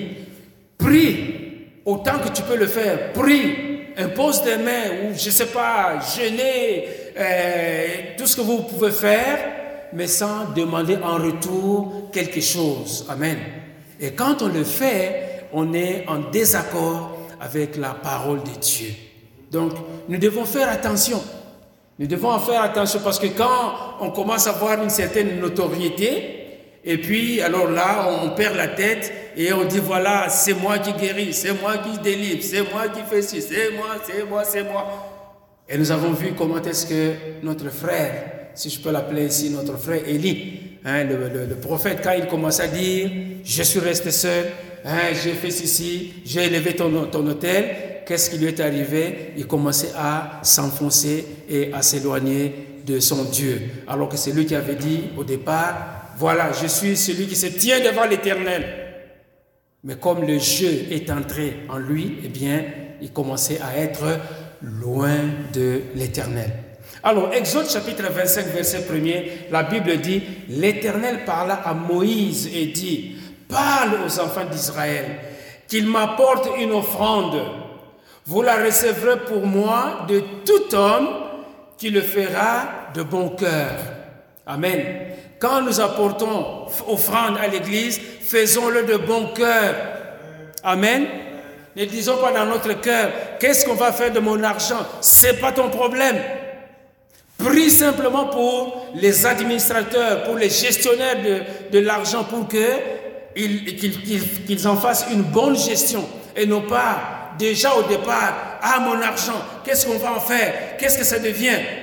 Prie autant que tu peux le faire. Prie, impose des mains ou je ne sais pas, jeûner, euh, tout ce que vous pouvez faire, mais sans demander en retour quelque chose. Amen. Et quand on le fait, on est en désaccord avec la parole de Dieu. Donc, nous devons faire attention. Nous devons en faire attention parce que quand on commence à avoir une certaine notoriété, et puis, alors là, on perd la tête et on dit, voilà, c'est moi qui guéris, c'est moi qui délivre, c'est moi qui fais ci, c'est moi, c'est moi, c'est moi. Et nous avons vu comment est-ce que notre frère, si je peux l'appeler ici, notre frère Élie, hein, le, le, le prophète, quand il commence à dire, je suis resté seul, hein, j'ai fait ceci, j'ai élevé ton, ton autel, qu'est-ce qui lui est arrivé? Il commençait à s'enfoncer et à s'éloigner de son Dieu. Alors que c'est lui qui avait dit au départ, voilà, je suis celui qui se tient devant l'Éternel. Mais comme le jeu est entré en lui, eh bien, il commençait à être loin de l'Éternel. Alors, Exode chapitre vingt-cinq, verset premier, la Bible dit, l'Éternel parla à Moïse et dit, parle aux enfants d'Israël, qu'ils m'apportent une offrande. Vous la recevrez pour moi de tout homme qui le fera de bon cœur. Amen. Quand nous apportons offrande à l'église, faisons-le de bon cœur. Amen. Ne disons pas dans notre cœur, qu'est-ce qu'on va faire de mon argent? C'est pas ton problème. Prie simplement pour les administrateurs, pour les gestionnaires de, de l'argent, pour qu'ils qu'ils, qu'ils en fassent une bonne gestion et non pas déjà au départ, ah mon argent, qu'est-ce qu'on va en faire? Qu'est-ce que ça devient?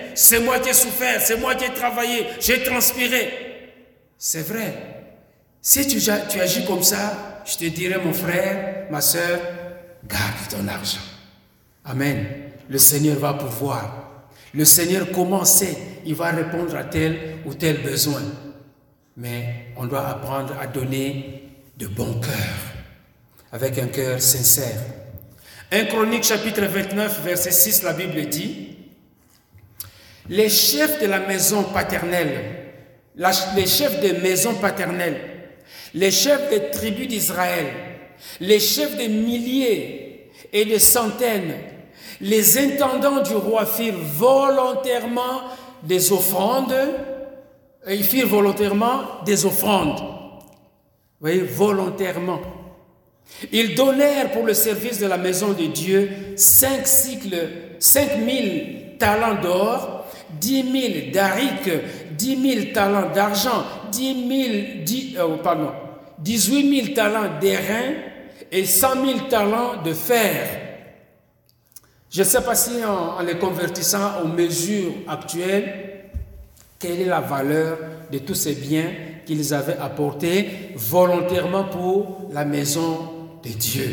c'est moi qui ai souffert, c'est moi qui ai travaillé, j'ai transpiré. C'est vrai. Si tu, tu agis comme ça, je te dirais, mon frère, ma soeur, garde ton argent. Amen. Le Seigneur va pouvoir. Le Seigneur, comment sait, il va répondre à tel ou tel besoin. Mais on doit apprendre à donner de bon cœur, avec un cœur sincère. un Chronique chapitre vingt-neuf, verset six, la Bible dit, les chefs de la maison paternelle, la, les chefs des maisons paternelles, les chefs des tribus d'Israël, les chefs des milliers et des centaines, les intendants du roi firent volontairement des offrandes, et ils firent volontairement des offrandes. Vous voyez, volontairement. Ils donnèrent pour le service de la maison de Dieu cinq cycles, cinq mille talents d'or, dix mille d'aric, dix mille talents d'argent, dix mille, dix, euh, pardon, dix-huit mille talents d'airain et cent mille talents de fer. Je ne sais pas si en, en les convertissant aux mesures actuelles, quelle est la valeur de tous ces biens qu'ils avaient apportés volontairement pour la maison de Dieu.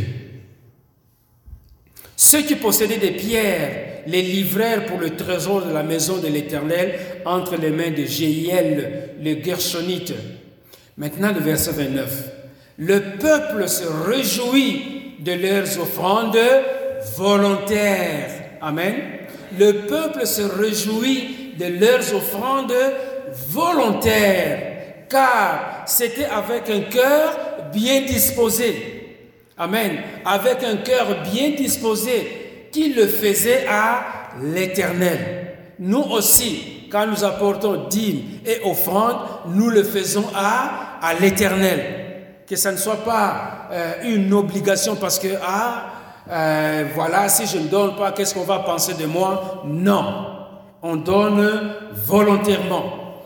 Ceux qui possédaient des pierres les livrèrent pour le trésor de la maison de l'Éternel entre les mains de Jéhiel, le Gershonite. Maintenant le verset vingt-neuf. Le peuple se réjouit de leurs offrandes volontaires. Amen. Le peuple se réjouit de leurs offrandes volontaires, car c'était avec un cœur bien disposé. Amen. Avec un cœur bien disposé qu'ils le faisaient à l'Éternel. Nous aussi, quand nous apportons dîmes et offrandes, nous le faisons à, à l'Éternel. Que ça ne soit pas euh, une obligation parce que, ah, euh, voilà, si je ne donne pas, qu'est-ce qu'on va penser de moi? Non. On donne volontairement.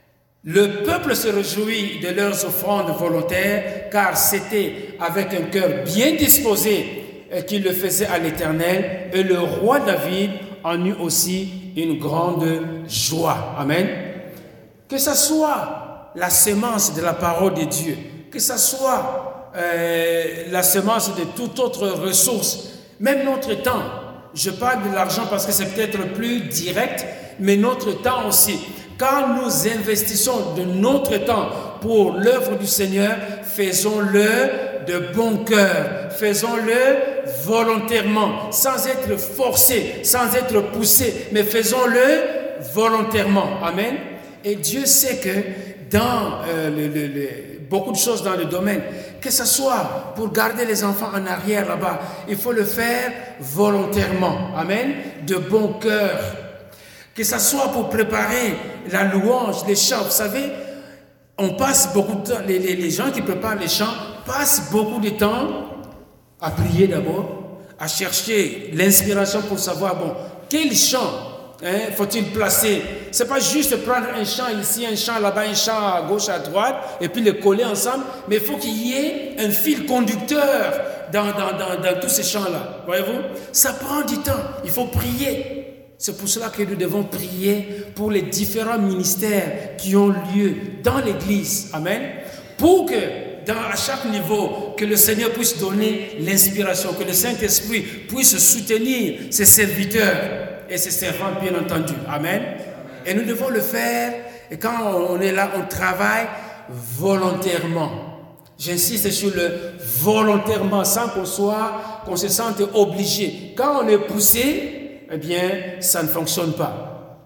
Le peuple se réjouit de leurs offrandes volontaires, car c'était avec un cœur bien disposé qu'il le faisait à l'Éternel, et le roi David en eut aussi une grande joie. Amen. Que ce soit la semence de la parole de Dieu, que ce soit euh, la semence de toute autre ressource, même notre temps. Je parle de l'argent parce que c'est peut-être plus direct, mais notre temps aussi. Quand nous investissons de notre temps pour l'œuvre du Seigneur, faisons-le de bon cœur, faisons-le volontairement, sans être forcé, sans être poussé, mais faisons-le volontairement. Amen. Et Dieu sait que dans euh, le, le, le, beaucoup de choses dans le domaine, que ce soit pour garder les enfants en arrière là-bas, il faut le faire volontairement. Amen. De bon cœur. Que ce soit pour préparer la louange, les chants. Vous savez, on passe beaucoup de temps, les, les, les gens qui préparent les chants passent beaucoup de temps à prier d'abord, à chercher l'inspiration pour savoir, bon, quel chant hein, faut-il placer. Ce n'est pas juste prendre un chant ici, un chant là-bas, un chant à gauche, à droite, et puis les coller ensemble, mais il faut qu'il y ait un fil conducteur dans, dans, dans, dans tous ces chants-là. Voyez-vous, ça prend du temps, il faut prier. C'est pour cela que nous devons prier pour les différents ministères qui ont lieu dans l'Église. Amen. Pour que, dans, à chaque niveau, que le Seigneur puisse donner l'inspiration, que le Saint-Esprit puisse soutenir ses serviteurs et ses servants, bien entendu. Amen. Et nous devons le faire, et quand on est là, on travaille volontairement. J'insiste sur le volontairement, sans qu'on soit, qu'on se sente obligé. Quand on est poussé, eh bien, ça ne fonctionne pas.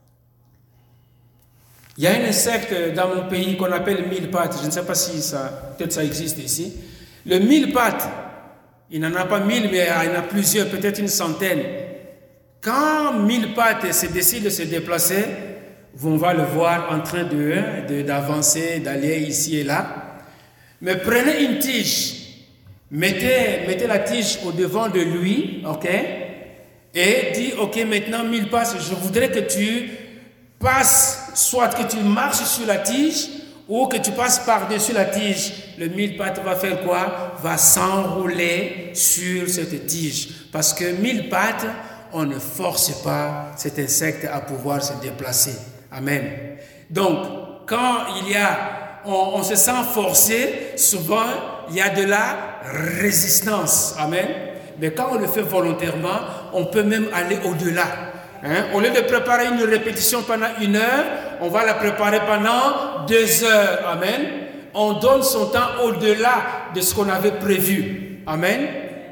Il y a un insecte dans mon pays qu'on appelle le mille-pattes. Je ne sais pas si ça, peut-être ça existe ici. Le mille-pattes, il n'en a pas mille, mais il y en a plusieurs, peut-être une centaine. Quand mille-pattes se décide de se déplacer, on va le voir en train de, de, d'avancer, d'aller ici et là. Mais prenez une tige, mettez, mettez la tige au devant de lui, ok? Et dit, ok, maintenant, mille passes, je voudrais que tu passes, soit que tu marches sur la tige, ou que tu passes par-dessus la tige. Le mille pattes va faire quoi? Va s'enrouler sur cette tige. Parce que mille pattes, on ne force pas cet insecte à pouvoir se déplacer. Amen. Donc, quand il y a, on, on se sent forcé, souvent, il y a de la résistance. Amen. Mais quand on le fait volontairement, on peut même aller au-delà. Hein? Au lieu de préparer une répétition pendant une heure, on va la préparer pendant deux heures. Amen. On donne son temps au-delà de ce qu'on avait prévu. Amen.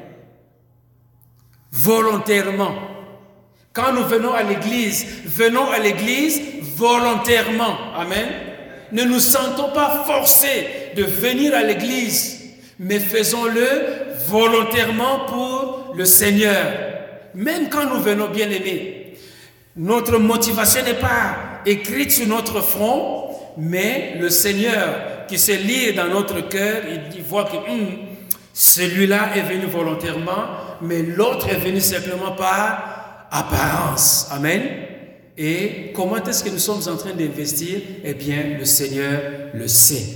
Volontairement. Quand nous venons à l'église, venons à l'église volontairement. Amen. Ne nous sentons pas forcés de venir à l'église, mais faisons-le volontairement pour le Seigneur. Même quand nous venons, bien-aimés, notre motivation n'est pas écrite sur notre front, mais le Seigneur qui se lit dans notre cœur, il voit que hum, celui-là est venu volontairement, mais l'autre est venu simplement par apparence. Amen. Et comment est-ce que nous sommes en train d'investir? Eh bien, le Seigneur le sait.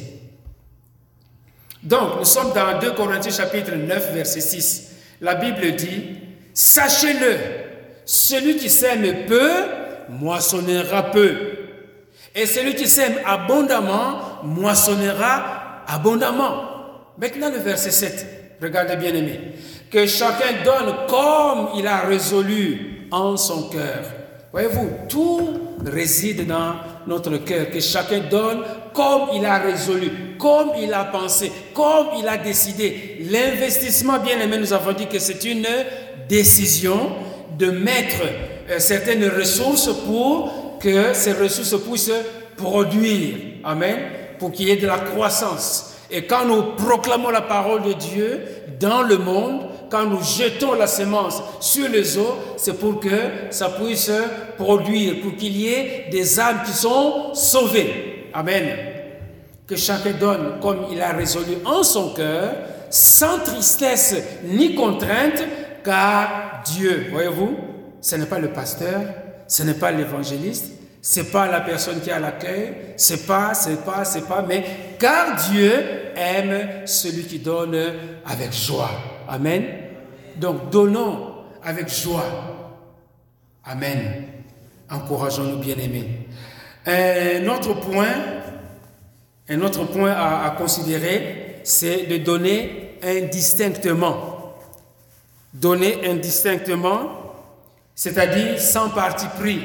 Donc, nous sommes dans deux Corinthiens chapitre neuf, verset six. La Bible dit, « Sachez-le, celui qui sème peu, moissonnera peu. Et celui qui sème abondamment, moissonnera abondamment. » Maintenant, le verset sept. Regardez bien aimé. « Que chacun donne comme il a résolu en son cœur. » Voyez-vous, tout réside dans notre cœur. Que chacun donne comme il a résolu, comme il a pensé, comme il a décidé. L'investissement, bien aimé, nous avons dit que c'est une décision de mettre euh, certaines ressources pour que ces ressources puissent produire. Amen. Pour qu'il y ait de la croissance. Et quand nous proclamons la parole de Dieu dans le monde, quand nous jetons la semence sur les eaux, c'est pour que ça puisse produire, pour qu'il y ait des âmes qui sont sauvées. Amen. Que chacun donne comme il a résolu en son cœur, sans tristesse ni contrainte, car Dieu, voyez-vous, ce n'est pas le pasteur, ce n'est pas l'évangéliste, ce n'est pas la personne qui a l'accueil, c'est pas, c'est pas, c'est pas, mais car Dieu aime celui qui donne avec joie. Amen. Donc, donnons avec joie. Amen. Encourageons-nous, bien-aimés. Un autre point, un autre point à, à considérer, c'est de donner indistinctement. Donner indistinctement, c'est-à-dire sans parti pris.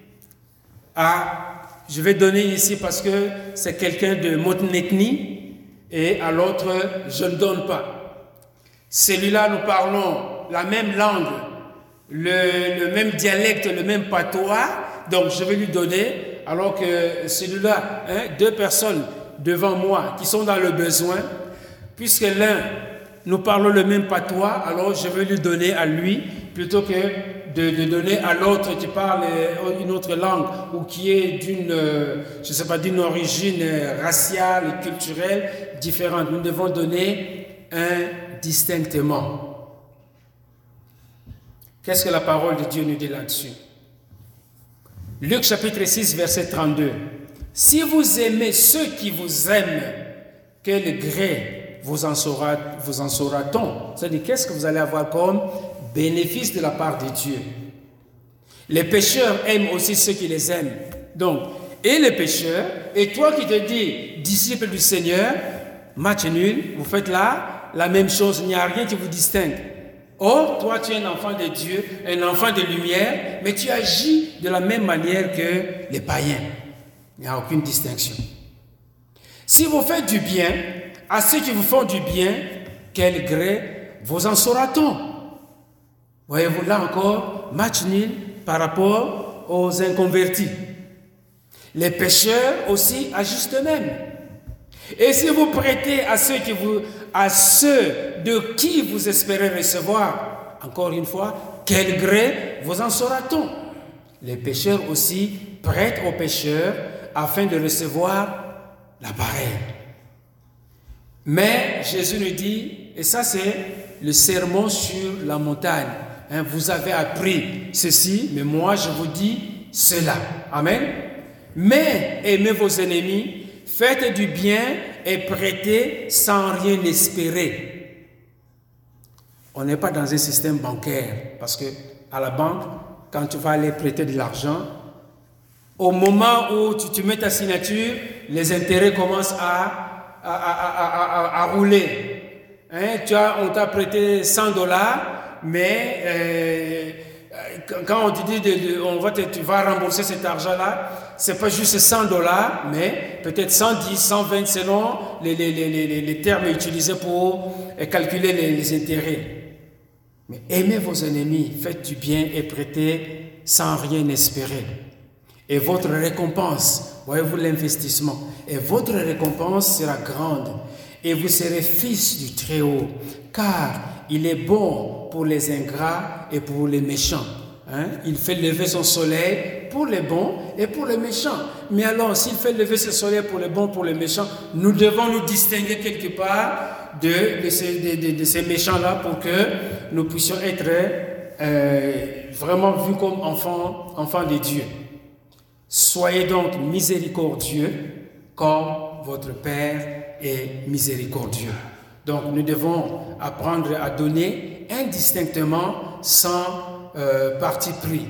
Ah, je vais donner ici parce que c'est quelqu'un de Monténégro et à l'autre, je ne donne pas. Celui-là, nous parlons la même langue, le, le même dialecte, le même patois, donc je vais lui donner, alors que celui-là, hein, deux personnes devant moi qui sont dans le besoin, puisque l'un, nous parlons le même patois, alors je vais lui donner à lui, plutôt que de, de donner à l'autre qui parle une autre langue, ou qui est d'une, je ne sais pas, d'une origine raciale et culturelle différente. Nous devons donner indistinctement. Qu'est-ce que la parole de Dieu nous dit là-dessus? Luc chapitre six, verset trente-deux. « Si vous aimez ceux qui vous aiment, quel gré vous en saura, vous en saura-t-on » C'est-à-dire, qu'est-ce que vous allez avoir comme bénéfice de la part de Dieu? Les pécheurs aiment aussi ceux qui les aiment. Donc, et les pécheurs, et toi qui te dis disciple du Seigneur, match nul, vous faites là la même chose, il n'y a rien qui vous distingue. Or, toi tu es un enfant de Dieu, un enfant de lumière, mais tu agis de la même manière que les païens. Il n'y a aucune distinction. Si vous faites du bien à ceux qui vous font du bien, quel gré vous en saura-t-on? Voyez-vous là encore, match nul par rapport aux inconvertis. Les pécheurs aussi agissent de même. Et si vous prêtez à ceux, qui vous, à ceux de qui vous espérez recevoir, encore une fois, quel gré vous en saura-t-on? Les pécheurs aussi prêtent aux pécheurs afin de recevoir la pareille. Mais Jésus nous dit, et ça c'est le sermon sur la montagne, hein, vous avez appris ceci, mais moi je vous dis cela. Amen. Mais aimez vos ennemis, faites du bien et prêtez sans rien espérer. On n'est pas dans un système bancaire. Parce que à la banque, quand tu vas aller prêter de l'argent, au moment où tu, tu mets ta signature, les intérêts commencent à, à, à, à, à, à rouler. Hein, tu as, on t'a prêté cent dollars, mais euh, quand on te dit de, de, on va te, tu vas rembourser cet argent-là, c'est pas juste cent dollars, mais peut-être cent dix, cent vingt selon les, les, les, les, les termes utilisés pour calculer les, les intérêts. Mais aimez vos ennemis, faites du bien et prêtez sans rien espérer. Et votre récompense, voyez-vous l'investissement, et votre récompense sera grande. Et vous serez fils du Très-Haut, car il est bon pour les ingrats et pour les méchants. Hein? Il fait lever son soleil pour les bons et pour les méchants. Mais alors, s'il fait lever son soleil pour les bons, pour les méchants, nous devons nous distinguer quelque part de, de ces, de, de, de ces méchants-là pour que nous puissions être euh, vraiment vus comme enfants, enfants de Dieu. Soyez donc miséricordieux comme votre Père est miséricordieux. Donc nous devons apprendre à donner indistinctement sans euh, parti pris.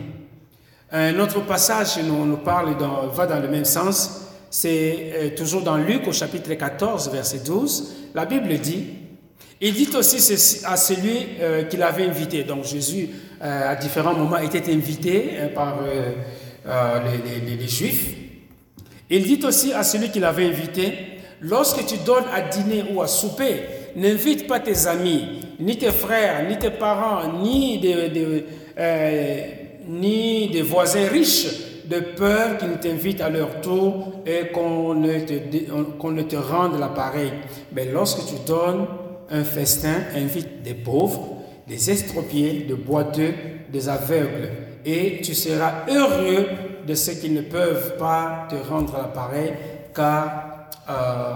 Un autre passage nous, nous parle dans, va dans le même sens, c'est euh, toujours dans Luc au chapitre quatorze, verset douze. La Bible dit, il dit aussi ceci à celui euh, qui l'avait invité. Donc Jésus, euh, à différents moments, était invité euh, par euh, euh, les, les, les Juifs. Il dit aussi à celui qui l'avait invité, lorsque tu donnes à dîner ou à souper, n'invite pas tes amis, ni tes frères, ni tes parents, ni des, des, euh, ni des voisins riches, de peur qu'ils ne t'invitent à leur tour et qu'on ne te, qu'on ne te rende l'appareil. Mais lorsque tu donnes un festin, invite des pauvres, des estropiés, des boiteux, des aveugles, et tu seras heureux de ceux qui ne peuvent pas te rendre l'appareil, car euh,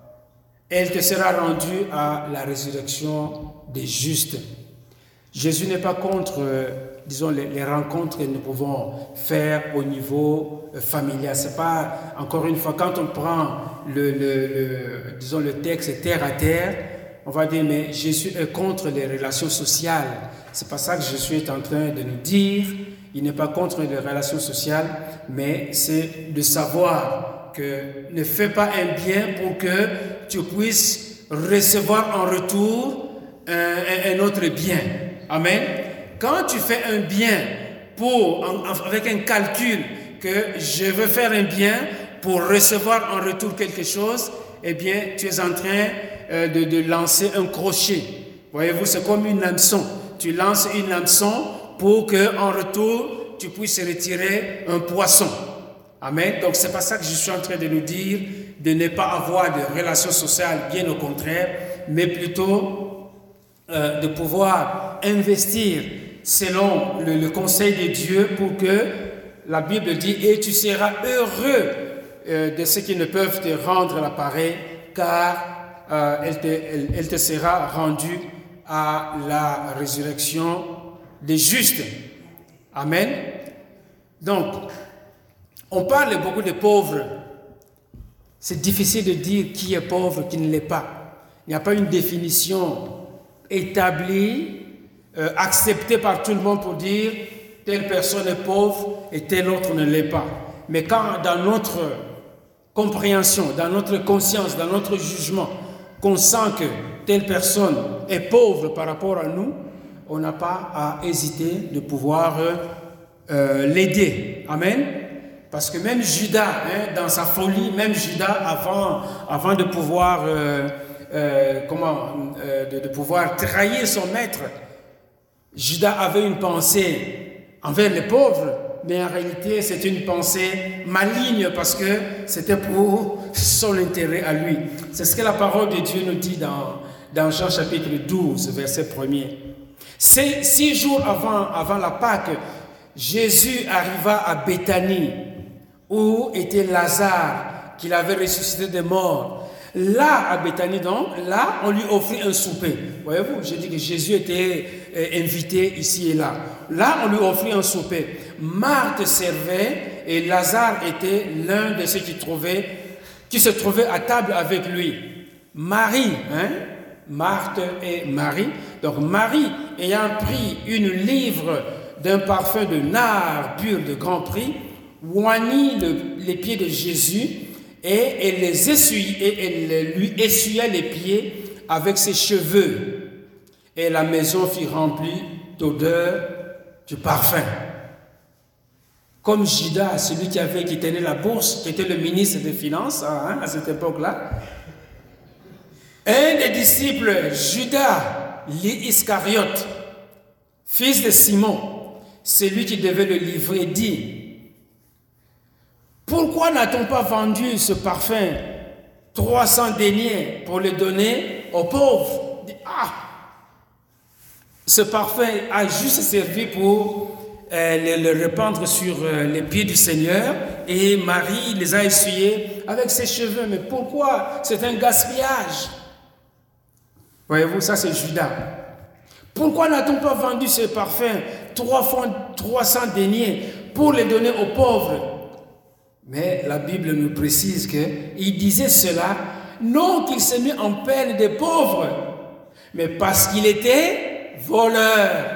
elle te sera rendue à la résurrection des justes. Jésus n'est pas contre, euh, disons, les, les rencontres que nous pouvons faire au niveau euh, familial. C'est pas, encore une fois, quand on prend le, le, le, disons, le texte terre à terre, on va dire, mais Jésus est contre les relations sociales. C'est pas ça que Jésus est en train de nous dire. Il n'est pas contre les relations sociales, mais c'est de savoir que ne fais pas un bien pour que tu puisses recevoir en retour un, un, un autre bien. Amen. Quand tu fais un bien pour, en, avec un calcul que je veux faire un bien pour recevoir en retour quelque chose, eh bien, tu es en train euh, de, de lancer un crochet. Voyez-vous, c'est comme une hameçon. Tu lances une hameçon pour qu'en retour, tu puisses retirer un poisson. Amen. Donc, c'est pas ça que je suis en train de nous dire, de ne pas avoir de relations sociales, bien au contraire, mais plutôt euh, de pouvoir investir selon le, le conseil de Dieu pour que la Bible dit, et tu seras heureux euh, de ceux qui ne peuvent te rendre l'appareil, car euh, elle, te, elle, elle te sera rendue à la résurrection des justes. Amen. Donc, on parle beaucoup de pauvres. C'est difficile de dire qui est pauvre, qui ne l'est pas. Il n'y a pas une définition établie, euh, acceptée par tout le monde pour dire telle personne est pauvre et telle autre ne l'est pas. Mais quand dans notre compréhension, dans notre conscience, dans notre jugement, qu'on sent que telle personne est pauvre par rapport à nous, on n'a pas à hésiter de pouvoir euh, l'aider. Amen. Parce que même Judas, hein, dans sa folie, même Judas, avant, avant de pouvoir, euh, euh, comment, euh, de, de pouvoir trahir son maître, Judas avait une pensée envers les pauvres, mais en réalité, c'était une pensée maligne parce que c'était pour son intérêt à lui. C'est ce que la parole de Dieu nous dit dans, dans Jean chapitre douze, verset premier. C'est six jours avant, avant la Pâque, Jésus arriva à Béthanie, où était Lazare, qu'il avait ressuscité des morts. Là, à Béthanie, donc, là, on lui offrit un souper. Voyez-vous, j'ai dit que Jésus était euh, invité ici et là. Là, on lui offrit un souper. Marthe servait et Lazare était l'un de ceux qui, trouvaient, qui se trouvaient à table avec lui. Marie, hein, Marthe et Marie. Donc Marie, ayant pris une livre d'un parfum de nard pur de grand prix, oignit le, les pieds de Jésus et elle, les essuyait, et elle lui essuyait les pieds avec ses cheveux. Et la maison fut remplie d'odeur du parfum. Comme Judas, celui qui avait qui tenait la bourse, qui était le ministre des Finances hein, à cette époque-là, un des disciples, Judas l'Iscariote, fils de Simon, celui qui devait le livrer, dit: pourquoi n'a-t-on pas vendu ce parfum trois cents deniers pour le donner aux pauvres? Ah, ce parfum a juste servi pour euh, le, le répandre sur euh, les pieds du Seigneur, et Marie les a essuyés avec ses cheveux. Mais pourquoi? C'est un gaspillage. Voyez-vous, ça c'est Judas. Pourquoi n'a-t-on pas vendu ce parfum trois cents deniers pour les donner aux pauvres? Mais la Bible nous précise qu'il disait cela, non qu'il s'est mis en peine des pauvres, mais parce qu'il était voleur.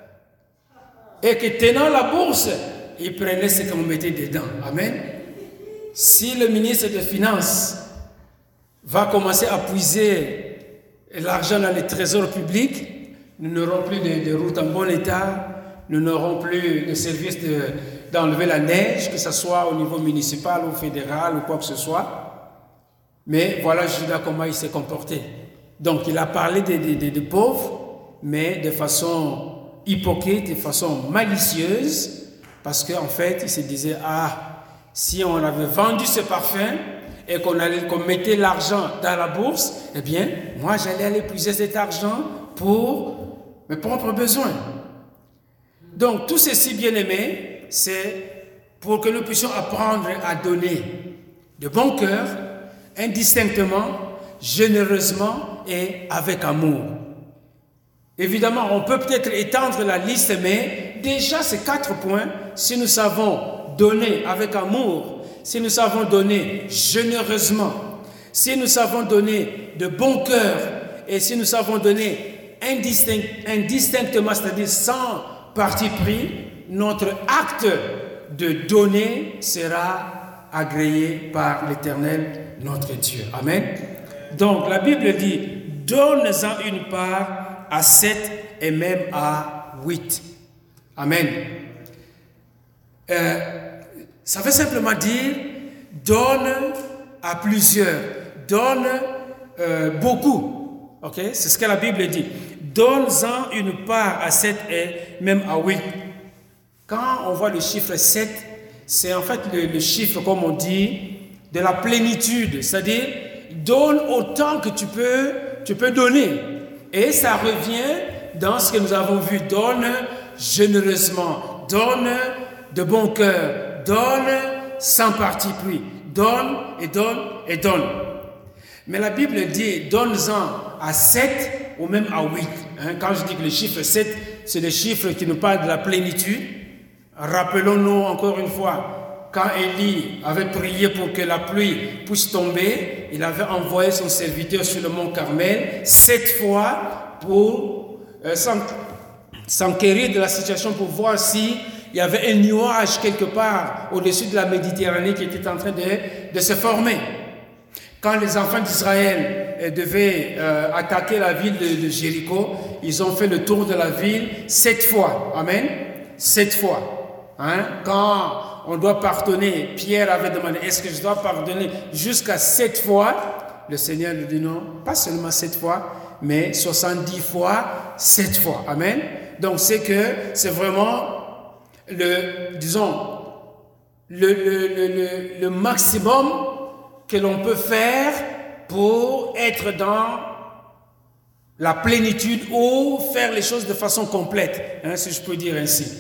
Et que tenant la bourse, il prenait ce qu'on mettait dedans. Amen. Si le ministre des Finances va commencer à puiser l'argent dans les trésors publics, nous n'aurons plus de, de routes en bon état, nous n'aurons plus de service de, d'enlever la neige, que ce soit au niveau municipal ou fédéral ou quoi que ce soit. Mais voilà Judas comment il s'est comporté. Donc il a parlé des de, de, de pauvres, mais de façon hypocrite, de façon malicieuse, parce qu'en fait il se disait, ah, si on avait vendu ce parfum et qu'on allait, qu'on mettait l'argent dans la bourse, eh bien, moi j'allais aller puiser cet argent pour mes propres besoins. Donc, tout ceci, bien-aimés, c'est pour que nous puissions apprendre à donner de bon cœur, indistinctement, généreusement et avec amour. Évidemment, on peut peut-être étendre la liste, mais déjà ces quatre points, si nous savons donner avec amour, si nous savons donner généreusement, si nous savons donner de bon cœur et si nous savons donner indistinct, indistinctement, c'est-à-dire sans parti pris, notre acte de donner sera agréé par l'Éternel, notre Dieu. Amen. Donc, la Bible dit, donne-en une part à sept et même à huit. Amen. Euh, ça veut simplement dire, donne à plusieurs, donne euh, beaucoup. Ok? C'est ce que la Bible dit. Donne-en une part à sept et même à huit. Quand on voit le chiffre sept, c'est en fait le, le chiffre, comme on dit, de la plénitude. C'est-à-dire, donne autant que tu peux, tu peux donner. Et ça revient dans ce que nous avons vu. Donne généreusement, donne de bon cœur, donne sans parti pris, donne et donne et donne. Mais la Bible dit, donne-en à sept ou même à huit. Hein, quand je dis que le chiffre sept, c'est le chiffre qui nous parle de la plénitude. Rappelons-nous encore une fois, quand Élie avait prié pour que la pluie puisse tomber, il avait envoyé son serviteur sur le mont Carmel sept fois pour euh, s'enquérir de la situation, pour voir si il y avait un nuage quelque part au-dessus de la Méditerranée qui était en train de, de se former. Quand les enfants d'Israël euh, devaient euh, attaquer la ville de, de Jéricho, ils ont fait le tour de la ville sept fois. Amen. Sept fois. Hein? Quand on doit pardonner, Pierre avait demandé, est-ce que je dois pardonner jusqu'à sept fois? Le Seigneur lui dit non, pas seulement sept fois, mais soixante-dix fois, sept fois. Amen. Donc c'est que c'est vraiment le, disons, le, le, le, le, le maximum que l'on peut faire pour être dans la plénitude ou faire les choses de façon complète, hein, si je peux dire ainsi.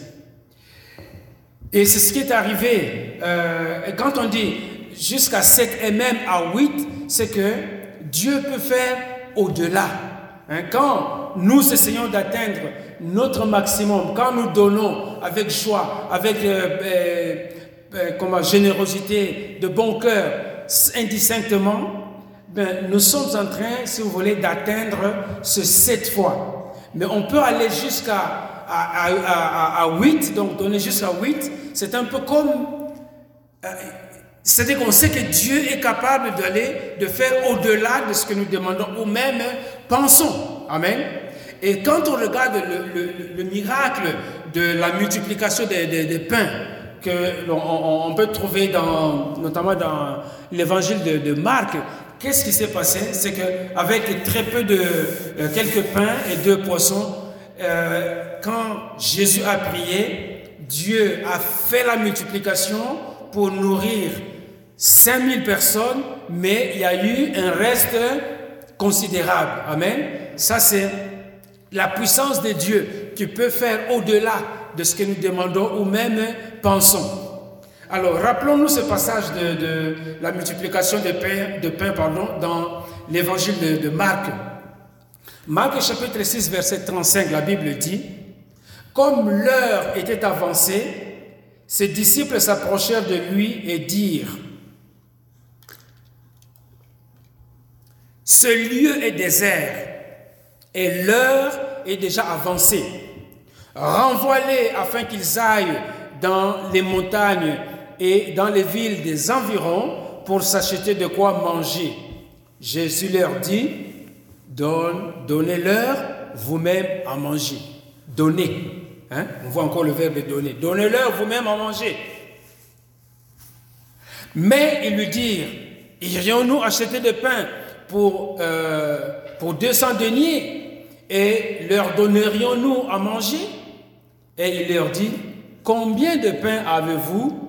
Et c'est ce qui est arrivé. Euh, et quand on dit jusqu'à sept et même à huit, c'est que Dieu peut faire au-delà. Hein, quand nous essayons d'atteindre notre maximum, quand nous donnons avec joie, avec euh, euh, euh, comment, générosité, de bon cœur, indistinctement, ben, nous sommes en train, si vous voulez, d'atteindre ce sept fois. Mais on peut aller jusqu'à à, à, à, à huit, donc donner jusqu'à huit. C'est un peu comme... Euh, c'est-à-dire qu'on sait que Dieu est capable d'aller, de faire au-delà de ce que nous demandons ou même pensons. Amen. Et quand on regarde le, le, le miracle de la multiplication des, des, des pains, que l'on on peut trouver dans, notamment dans l'évangile de, de Marc, qu'est-ce qui s'est passé? C'est qu'avec très peu de euh, quelques pains et deux poissons, euh, quand Jésus a prié, Dieu a fait la multiplication pour nourrir cinq mille personnes, mais il y a eu un reste considérable. Amen. Ça, c'est la puissance de Dieu qui peut faire au-delà de ce que nous demandons ou même pensons. Alors, rappelons-nous ce passage de, de la multiplication de pain, de pain pardon, dans l'évangile de, de Marc. Marc chapitre six, verset trente-cinq, la Bible dit « Comme l'heure était avancée, ses disciples s'approchèrent de lui et dirent « Ce lieu est désert et l'heure est déjà avancée. Renvoie-les afin qu'ils aillent dans les montagnes et dans les villes des environs pour s'acheter de quoi manger. » Jésus leur dit, Donne, donnez-leur vous-même à manger. Donnez. Hein? On voit encore le verbe donner. Donnez-leur vous-même à manger. Mais ils lui dirent, irions-nous acheter de pain pour, euh, pour deux cents deniers et leur donnerions-nous à manger? Et il leur dit, combien de pain avez-vous?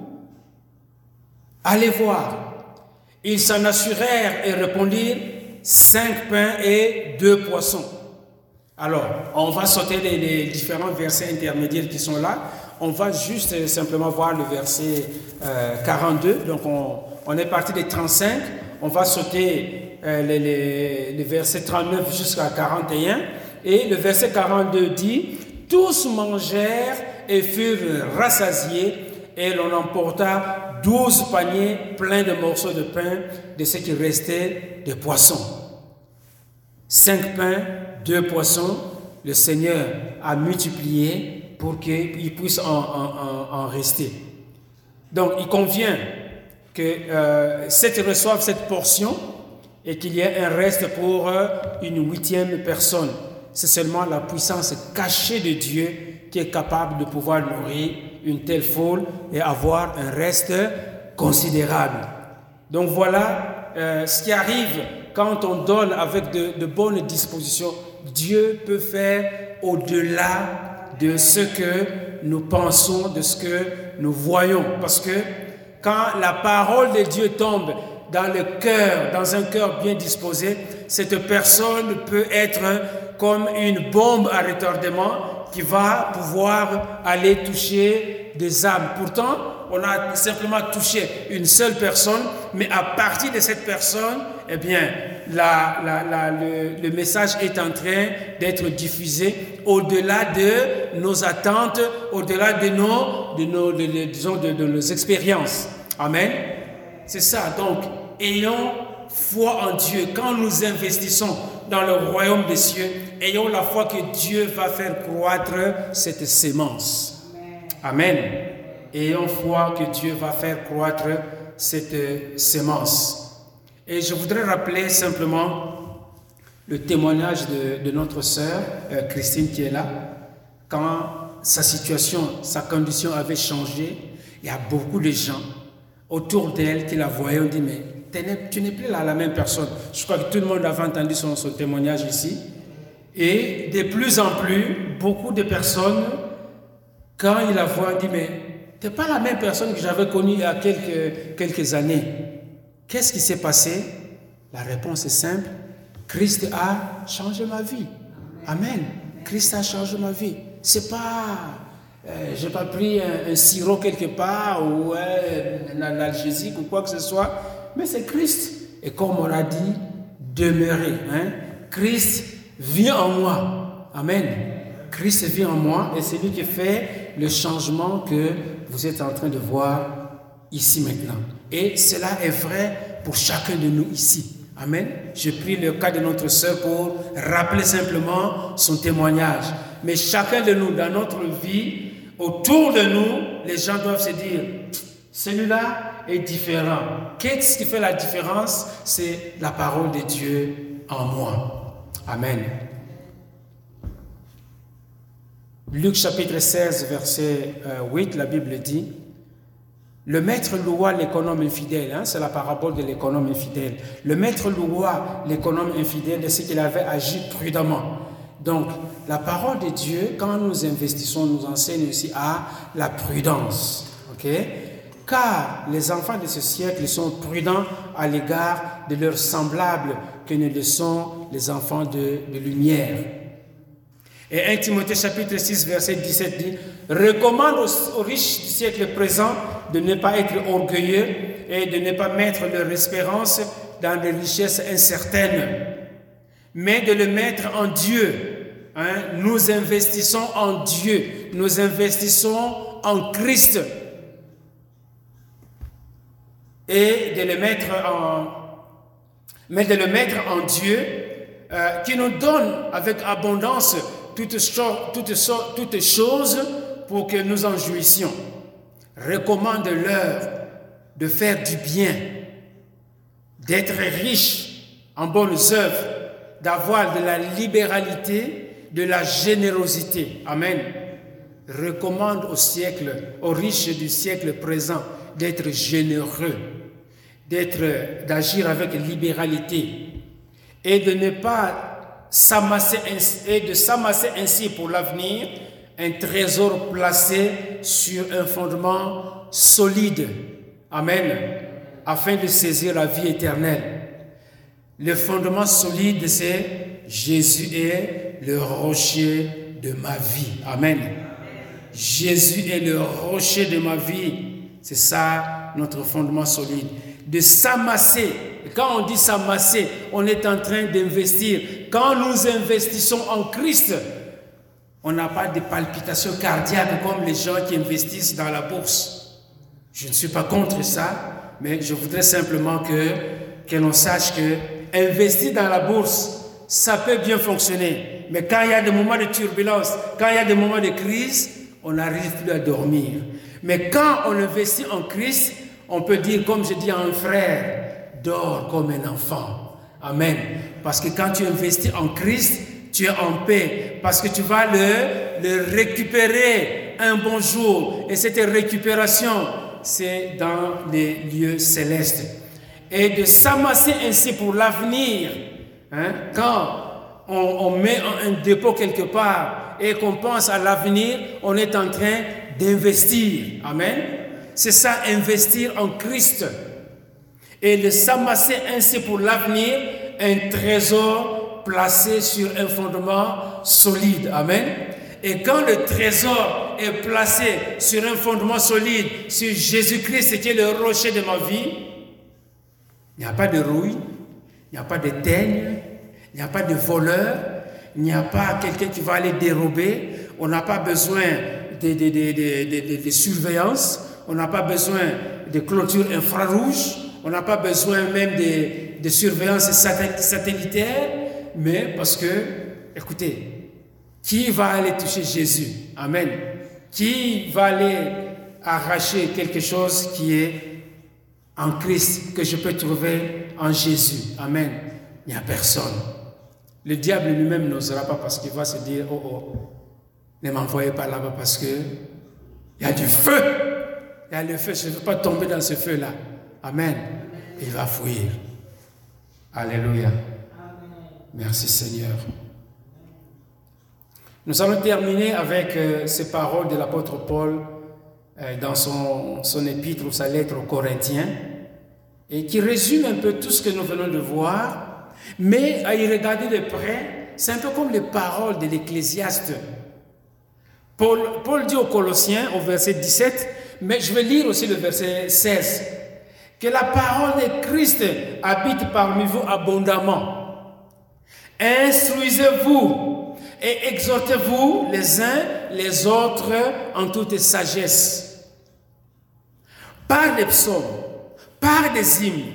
Allez voir. Ils s'en assurèrent et répondirent, cinq pains et deux poissons. Alors, on va sauter les, les différents versets intermédiaires qui sont là. On va juste simplement voir le verset euh, quarante-deux. Donc, on, on est parti des trente-cinq. On va sauter euh, les, les, les versets trente-neuf jusqu'à quarante et un. Et le verset quarante-deux dit, tous mangèrent et furent rassasiés, et l'on emporta douze paniers pleins de morceaux de pain, de ce qui restait de poissons. Cinq pains, deux poissons, le Seigneur a multiplié pour qu'il puisse en, en, en, en rester. Donc, il convient que euh, cette reçoive cette portion et qu'il y ait un reste pour euh, une huitième personne. C'est seulement la puissance cachée de Dieu qui est capable de pouvoir nourrir une telle foule et avoir un reste considérable. Donc voilà euh, ce qui arrive quand on donne avec de, de bonnes dispositions. Dieu peut faire au-delà de ce que nous pensons, de ce que nous voyons. Parce que quand la parole de Dieu tombe dans le cœur, dans un cœur bien disposé, cette personne peut être comme une bombe à retardement qui va pouvoir aller toucher des âmes. Pourtant, on a simplement touché une seule personne, mais à partir de cette personne, eh bien, la, la, la, le, le message est en train d'être diffusé au-delà de nos attentes, au-delà de nos, de nos, de, de, disons, de, de nos expériences. Amen. C'est ça. Donc, ayons foi en Dieu. Quand nous investissons dans le royaume des cieux, ayons la foi que Dieu va faire croître cette sémence. Amen. Ayons foi que Dieu va faire croître cette sémence. Et je voudrais rappeler simplement le témoignage de, de notre sœur euh, Christine qui est là. Quand sa situation, sa condition avait changé, il y a beaucoup de gens autour d'elle qui la voyaient, on dit mais tu n'es plus là la même personne. Je crois que tout le monde avait entendu son, son témoignage ici. Et de plus en plus, beaucoup de personnes, quand ils la voient, on dit mais tu n'es pas la même personne que j'avais connue il y a quelques, quelques années. Qu'est-ce qui s'est passé? La réponse est simple. Christ a changé ma vie. Amen. Christ a changé ma vie. C'est pas... Euh, je n'ai pas pris un, un sirop quelque part ou euh, un analgésique ou quoi que ce soit. Mais c'est Christ. Et comme on a dit, demeurez. Hein? Christ vit en moi. Amen. Christ vit en moi et c'est lui qui fait le changement que vous êtes en train de voir ici maintenant. Et cela est vrai pour chacun de nous ici. Amen. Je prie le cas de notre sœur pour rappeler simplement son témoignage. Mais chacun de nous, dans notre vie, autour de nous, les gens doivent se dire, celui-là est différent. Qu'est-ce qui fait la différence? C'est la parole de Dieu en moi. Amen. Luc chapitre seize, verset huit, la Bible dit, le maître loua l'économe infidèle, hein, c'est la parabole de l'économe infidèle. Le maître loua l'économe infidèle de ce qu'il avait agi prudemment. Donc, la parole de Dieu, quand nous investissons, nous enseigne aussi à la prudence. Ok? Car les enfants de ce siècle sont prudents à l'égard de leurs semblables que ne le sont les enfants de, de lumière. Et un Timothée chapitre six, verset dix-sept dit, recommande aux, aux riches du siècle présent de ne pas être orgueilleux et de ne pas mettre leur espérance dans des richesses incertaines, mais de le mettre en Dieu. Hein? Nous investissons en Dieu, nous investissons en Christ et de le mettre en, mais de le mettre en Dieu euh, qui nous donne avec abondance toutes, toutes, toutes choses pour que nous en jouissions. Recommande-leur de faire du bien, d'être riche en bonnes œuvres, d'avoir de la libéralité, de la générosité. Amen. Recommande au siècle, aux riches du siècle présent, d'être généreux, d'être, d'agir avec libéralité et de ne pas s'amasser et de s'amasser ainsi pour l'avenir un trésor placé sur un fondement solide. Amen. Afin de saisir la vie éternelle. Le fondement solide, c'est Jésus est le rocher de ma vie. Amen. Jésus est le rocher de ma vie. C'est ça notre fondement solide. De s'amasser. Quand on dit s'amasser, on est en train d'investir. Quand nous investissons en Christ, on n'a pas de palpitations cardiaques comme les gens qui investissent dans la bourse. Je ne suis pas contre ça, mais je voudrais simplement que, que l'on sache que investir dans la bourse, ça peut bien fonctionner. Mais quand il y a des moments de turbulence, quand il y a des moments de crise, on n'arrive plus à dormir. Mais quand on investit en Christ, on peut dire, comme je dis à un frère, dors comme un enfant. Amen. Parce que quand tu investis en Christ, tu es en paix. Parce que tu vas le, le récupérer un bon jour. Et cette récupération, c'est dans les lieux célestes. Et de s'amasser ainsi pour l'avenir. Hein, quand on, on met un dépôt quelque part et qu'on pense à l'avenir, on est en train d'investir. Amen. C'est ça, investir en Christ. Et de s'amasser ainsi pour l'avenir, un trésor placé sur un fondement solide. Amen. Et quand le trésor est placé sur un fondement solide, sur Jésus-Christ qui est le rocher de ma vie, il n'y a pas de rouille, il n'y a pas de teigne, il n'y a pas de voleur, il n'y a pas quelqu'un qui va aller dérober, on n'a pas besoin de, de, de, de, de, de surveillance, on n'a pas besoin de clôture infrarouge, on n'a pas besoin même de, de surveillance satellitaire, mais parce que, écoutez, qui va aller toucher Jésus? Amen. Qui va aller arracher quelque chose qui est en Christ, que je peux trouver en Jésus? Amen. Il n'y a personne. Le diable lui-même n'osera pas parce qu'il va se dire, oh oh, ne m'envoyez pas là-bas parce que il y a du feu. Il y a le feu, je ne veux pas tomber dans ce feu-là. Amen. Il va fuir. Alléluia. Merci Seigneur. Nous allons terminer avec euh, ces paroles de l'apôtre Paul euh, dans son, son épître ou sa lettre aux Corinthiens et qui résume un peu tout ce que nous venons de voir, mais à y regarder de près, c'est un peu comme les paroles de l'Ecclésiaste. Paul, Paul dit aux Colossiens au verset dix-sept, mais je vais lire aussi le verset seize, que la parole de Christ habite parmi vous abondamment. Instruisez-vous et exhortez-vous les uns les autres en toute sagesse. Par des psaumes, par des hymnes,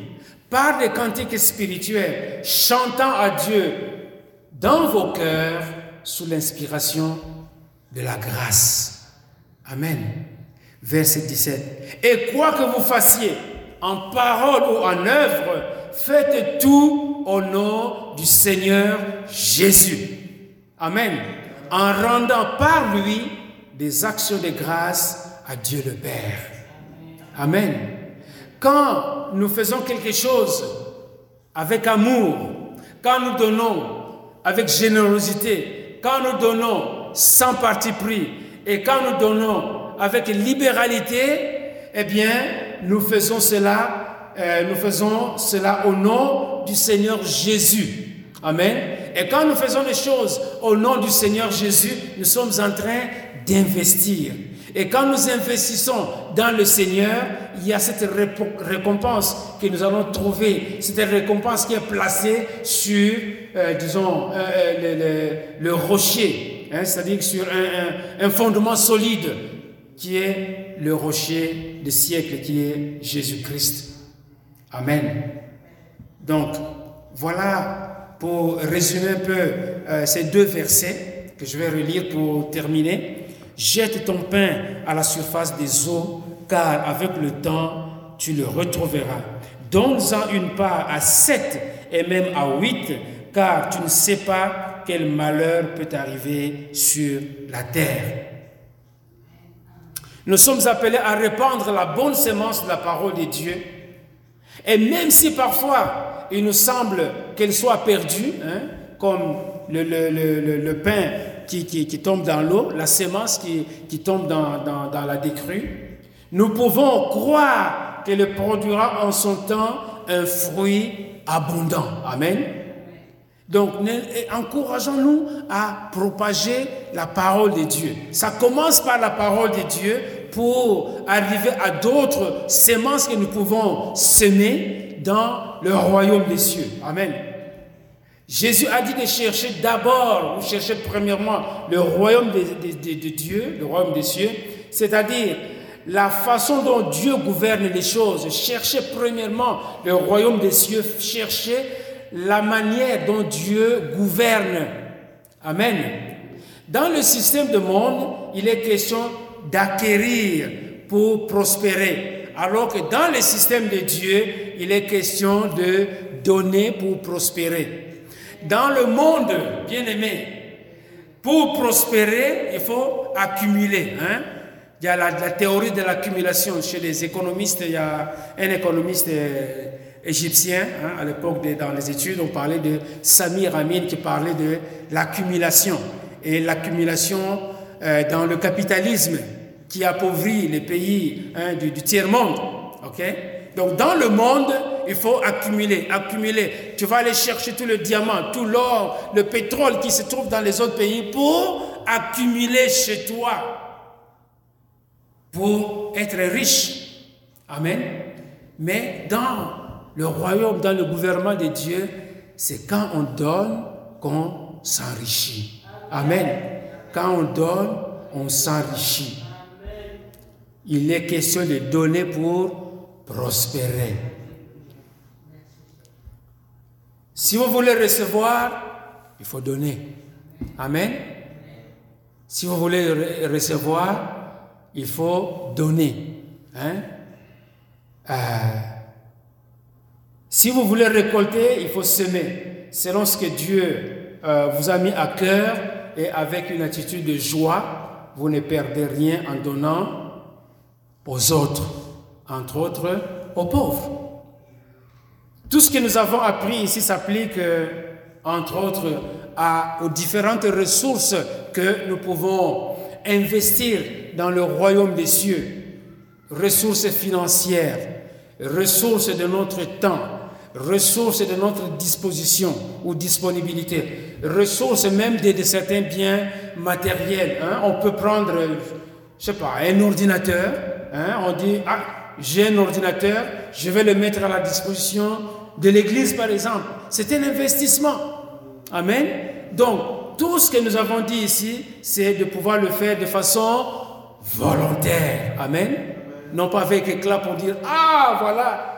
par des cantiques spirituels, chantant à Dieu dans vos cœurs sous l'inspiration de la grâce. Amen. Verset dix-sept. Et quoi que vous fassiez, en parole ou en œuvre, faites tout au nom du Seigneur Jésus. Amen. En rendant par lui des actions de grâce à Dieu le Père. Amen. Quand nous faisons quelque chose avec amour, quand nous donnons avec générosité, quand nous donnons sans parti pris et quand nous donnons avec libéralité, eh bien, nous faisons cela, euh, nous faisons cela au nom du Seigneur Jésus. Amen. Et quand nous faisons les choses au nom du Seigneur Jésus, nous sommes en train d'investir. Et quand nous investissons dans le Seigneur, il y a cette récompense que nous allons trouver, cette récompense qui est placée sur, euh, disons, euh, le, le, le rocher, hein, c'est-à-dire sur un, un, un fondement solide, qui est le rocher des siècles, qui est Jésus-Christ. Amen. Donc, voilà, pour résumer un peu euh, ces deux versets que je vais relire pour terminer. Jette ton pain à la surface des eaux, car avec le temps, tu le retrouveras. Donne-en une part à sept et même à huit, car tu ne sais pas quel malheur peut arriver sur la terre. Nous sommes appelés à répandre la bonne sémence de la parole de Dieu. Et même si parfois, il nous semble qu'elle soit perdue, hein, comme le, le, le, le pain Qui, qui, qui tombe dans l'eau, la sémence qui, qui tombe dans, dans, dans la décrue, nous pouvons croire qu'elle produira en son temps un fruit abondant. Amen. Donc, encourageons-nous à propager la parole de Dieu. Ça commence par la parole de Dieu pour arriver à d'autres sémences que nous pouvons semer dans le royaume des cieux. Amen. Jésus a dit de chercher d'abord, ou chercher premièrement le royaume de, de, de, de Dieu, le royaume des cieux, c'est-à-dire la façon dont Dieu gouverne les choses. Chercher premièrement le royaume des cieux, chercher la manière dont Dieu gouverne. Amen. Dans le système du monde, il est question d'acquérir pour prospérer, alors que dans le système de Dieu, il est question de donner pour prospérer. Dans le monde, bien-aimé, pour prospérer, il faut accumuler. Hein? Il y a la, la théorie de l'accumulation. Chez les économistes, il y a un économiste euh, égyptien, hein, à l'époque, de, dans les études, on parlait de Samir Amin qui parlait de l'accumulation. Et l'accumulation euh, dans le capitalisme qui appauvrit les pays hein, du, du tiers-monde. Okay? Donc, dans le monde, il faut accumuler, accumuler. Tu vas aller chercher tout le diamant, tout l'or, le pétrole qui se trouve dans les autres pays pour accumuler chez toi, pour être riche. Amen. Mais dans le royaume, dans le gouvernement de Dieu, c'est quand on donne qu'on s'enrichit. Amen. Quand on donne, on s'enrichit. Il est question de donner pour prospérer. Si vous voulez recevoir, il faut donner. Amen. Si vous voulez re- recevoir, il faut donner. Hein? Euh, si vous voulez récolter, il faut semer. Selon ce que Dieu euh, vous a mis à cœur et avec une attitude de joie, vous ne perdez rien en donnant aux autres, entre autres aux pauvres. Tout ce que nous avons appris ici s'applique, euh, entre autres, à, aux différentes ressources que nous pouvons investir dans le royaume des cieux. Ressources financières, ressources de notre temps, ressources de notre disposition ou disponibilité, ressources même de, de certains biens matériels. Hein. On peut prendre, je sais pas, un ordinateur. Hein. On dit, ah, j'ai un ordinateur, je vais le mettre à la disposition de l'église, par exemple. C'est un investissement. Amen. Donc, tout ce que nous avons dit ici, c'est de pouvoir le faire de façon volontaire. Amen. Non pas avec éclat pour dire, ah, voilà,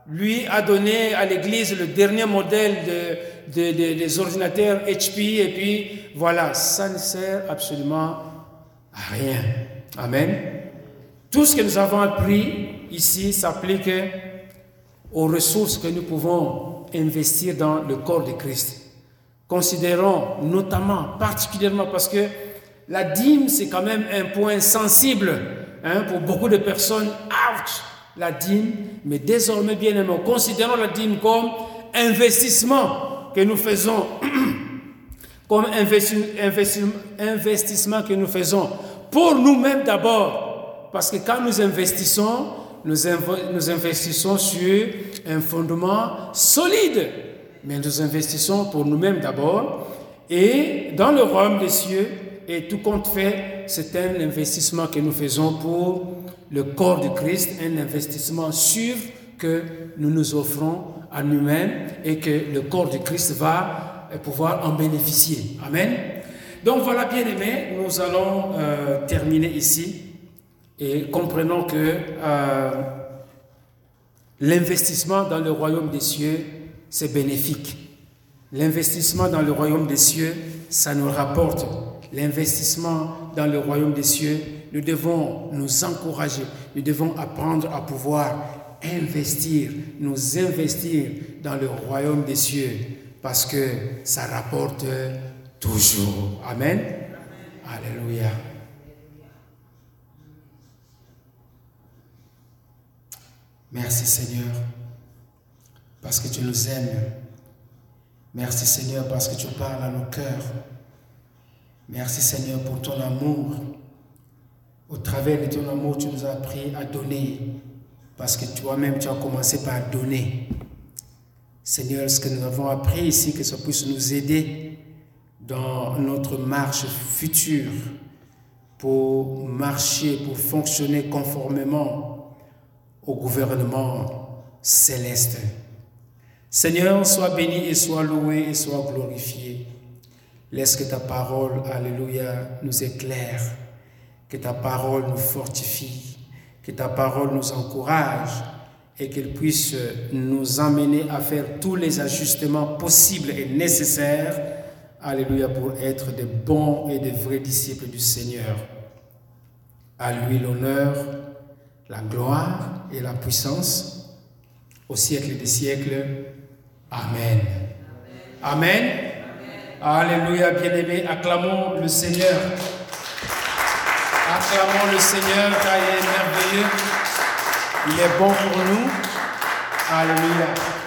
lui a donné à l'Église le dernier modèle de, de, de, des ordinateurs H P, et puis voilà, ça ne sert absolument à rien. Amen. Tout ce que nous avons appris ici s'applique aux ressources que nous pouvons investir dans le corps de Christ. Considérons notamment, particulièrement, parce que la dîme, c'est quand même un point sensible hein, pour beaucoup de personnes. Ouch! La dîme, mais désormais, bien aimés, considérons la dîme comme investissement que nous faisons, comme investi, investi, investissement que nous faisons pour nous-mêmes d'abord, parce que quand nous investissons, nous, inv- nous investissons sur un fondement solide, mais nous investissons pour nous-mêmes d'abord, et dans le royaume des cieux, et tout compte fait, c'est un investissement que nous faisons pour le corps de Christ, un investissement sûr que nous nous offrons à nous-mêmes et que le corps de Christ va pouvoir en bénéficier. Amen. Donc voilà, bien aimés, nous allons euh, terminer ici et comprenons que euh, l'investissement dans le royaume des cieux, c'est bénéfique. L'investissement dans le royaume des cieux, ça nous rapporte. L'investissement dans le royaume des cieux, nous devons nous encourager, nous devons apprendre à pouvoir investir, nous investir dans le royaume des cieux, parce que ça rapporte toujours. Amen. Alléluia. Merci Seigneur, parce que tu nous aimes. Merci Seigneur, parce que tu parles à nos cœurs. Merci Seigneur pour ton amour. Au travers de ton amour, tu nous as appris à donner, parce que toi-même, tu as commencé par donner. Seigneur, ce que nous avons appris ici, que ça puisse nous aider dans notre marche future, pour marcher, pour fonctionner conformément au gouvernement céleste. Seigneur, sois béni et sois loué et sois glorifié. Laisse que ta parole, alléluia, nous éclaire, que ta parole nous fortifie, que ta parole nous encourage et qu'elle puisse nous emmener à faire tous les ajustements possibles et nécessaires, alléluia, pour être de bons et de vrais disciples du Seigneur. À lui l'honneur, la gloire et la puissance au siècle des siècles. Amen. Amen. Amen. Alléluia, bien-aimés, acclamons le Seigneur. Acclamons le Seigneur car il est merveilleux. Il est bon pour nous. Alléluia.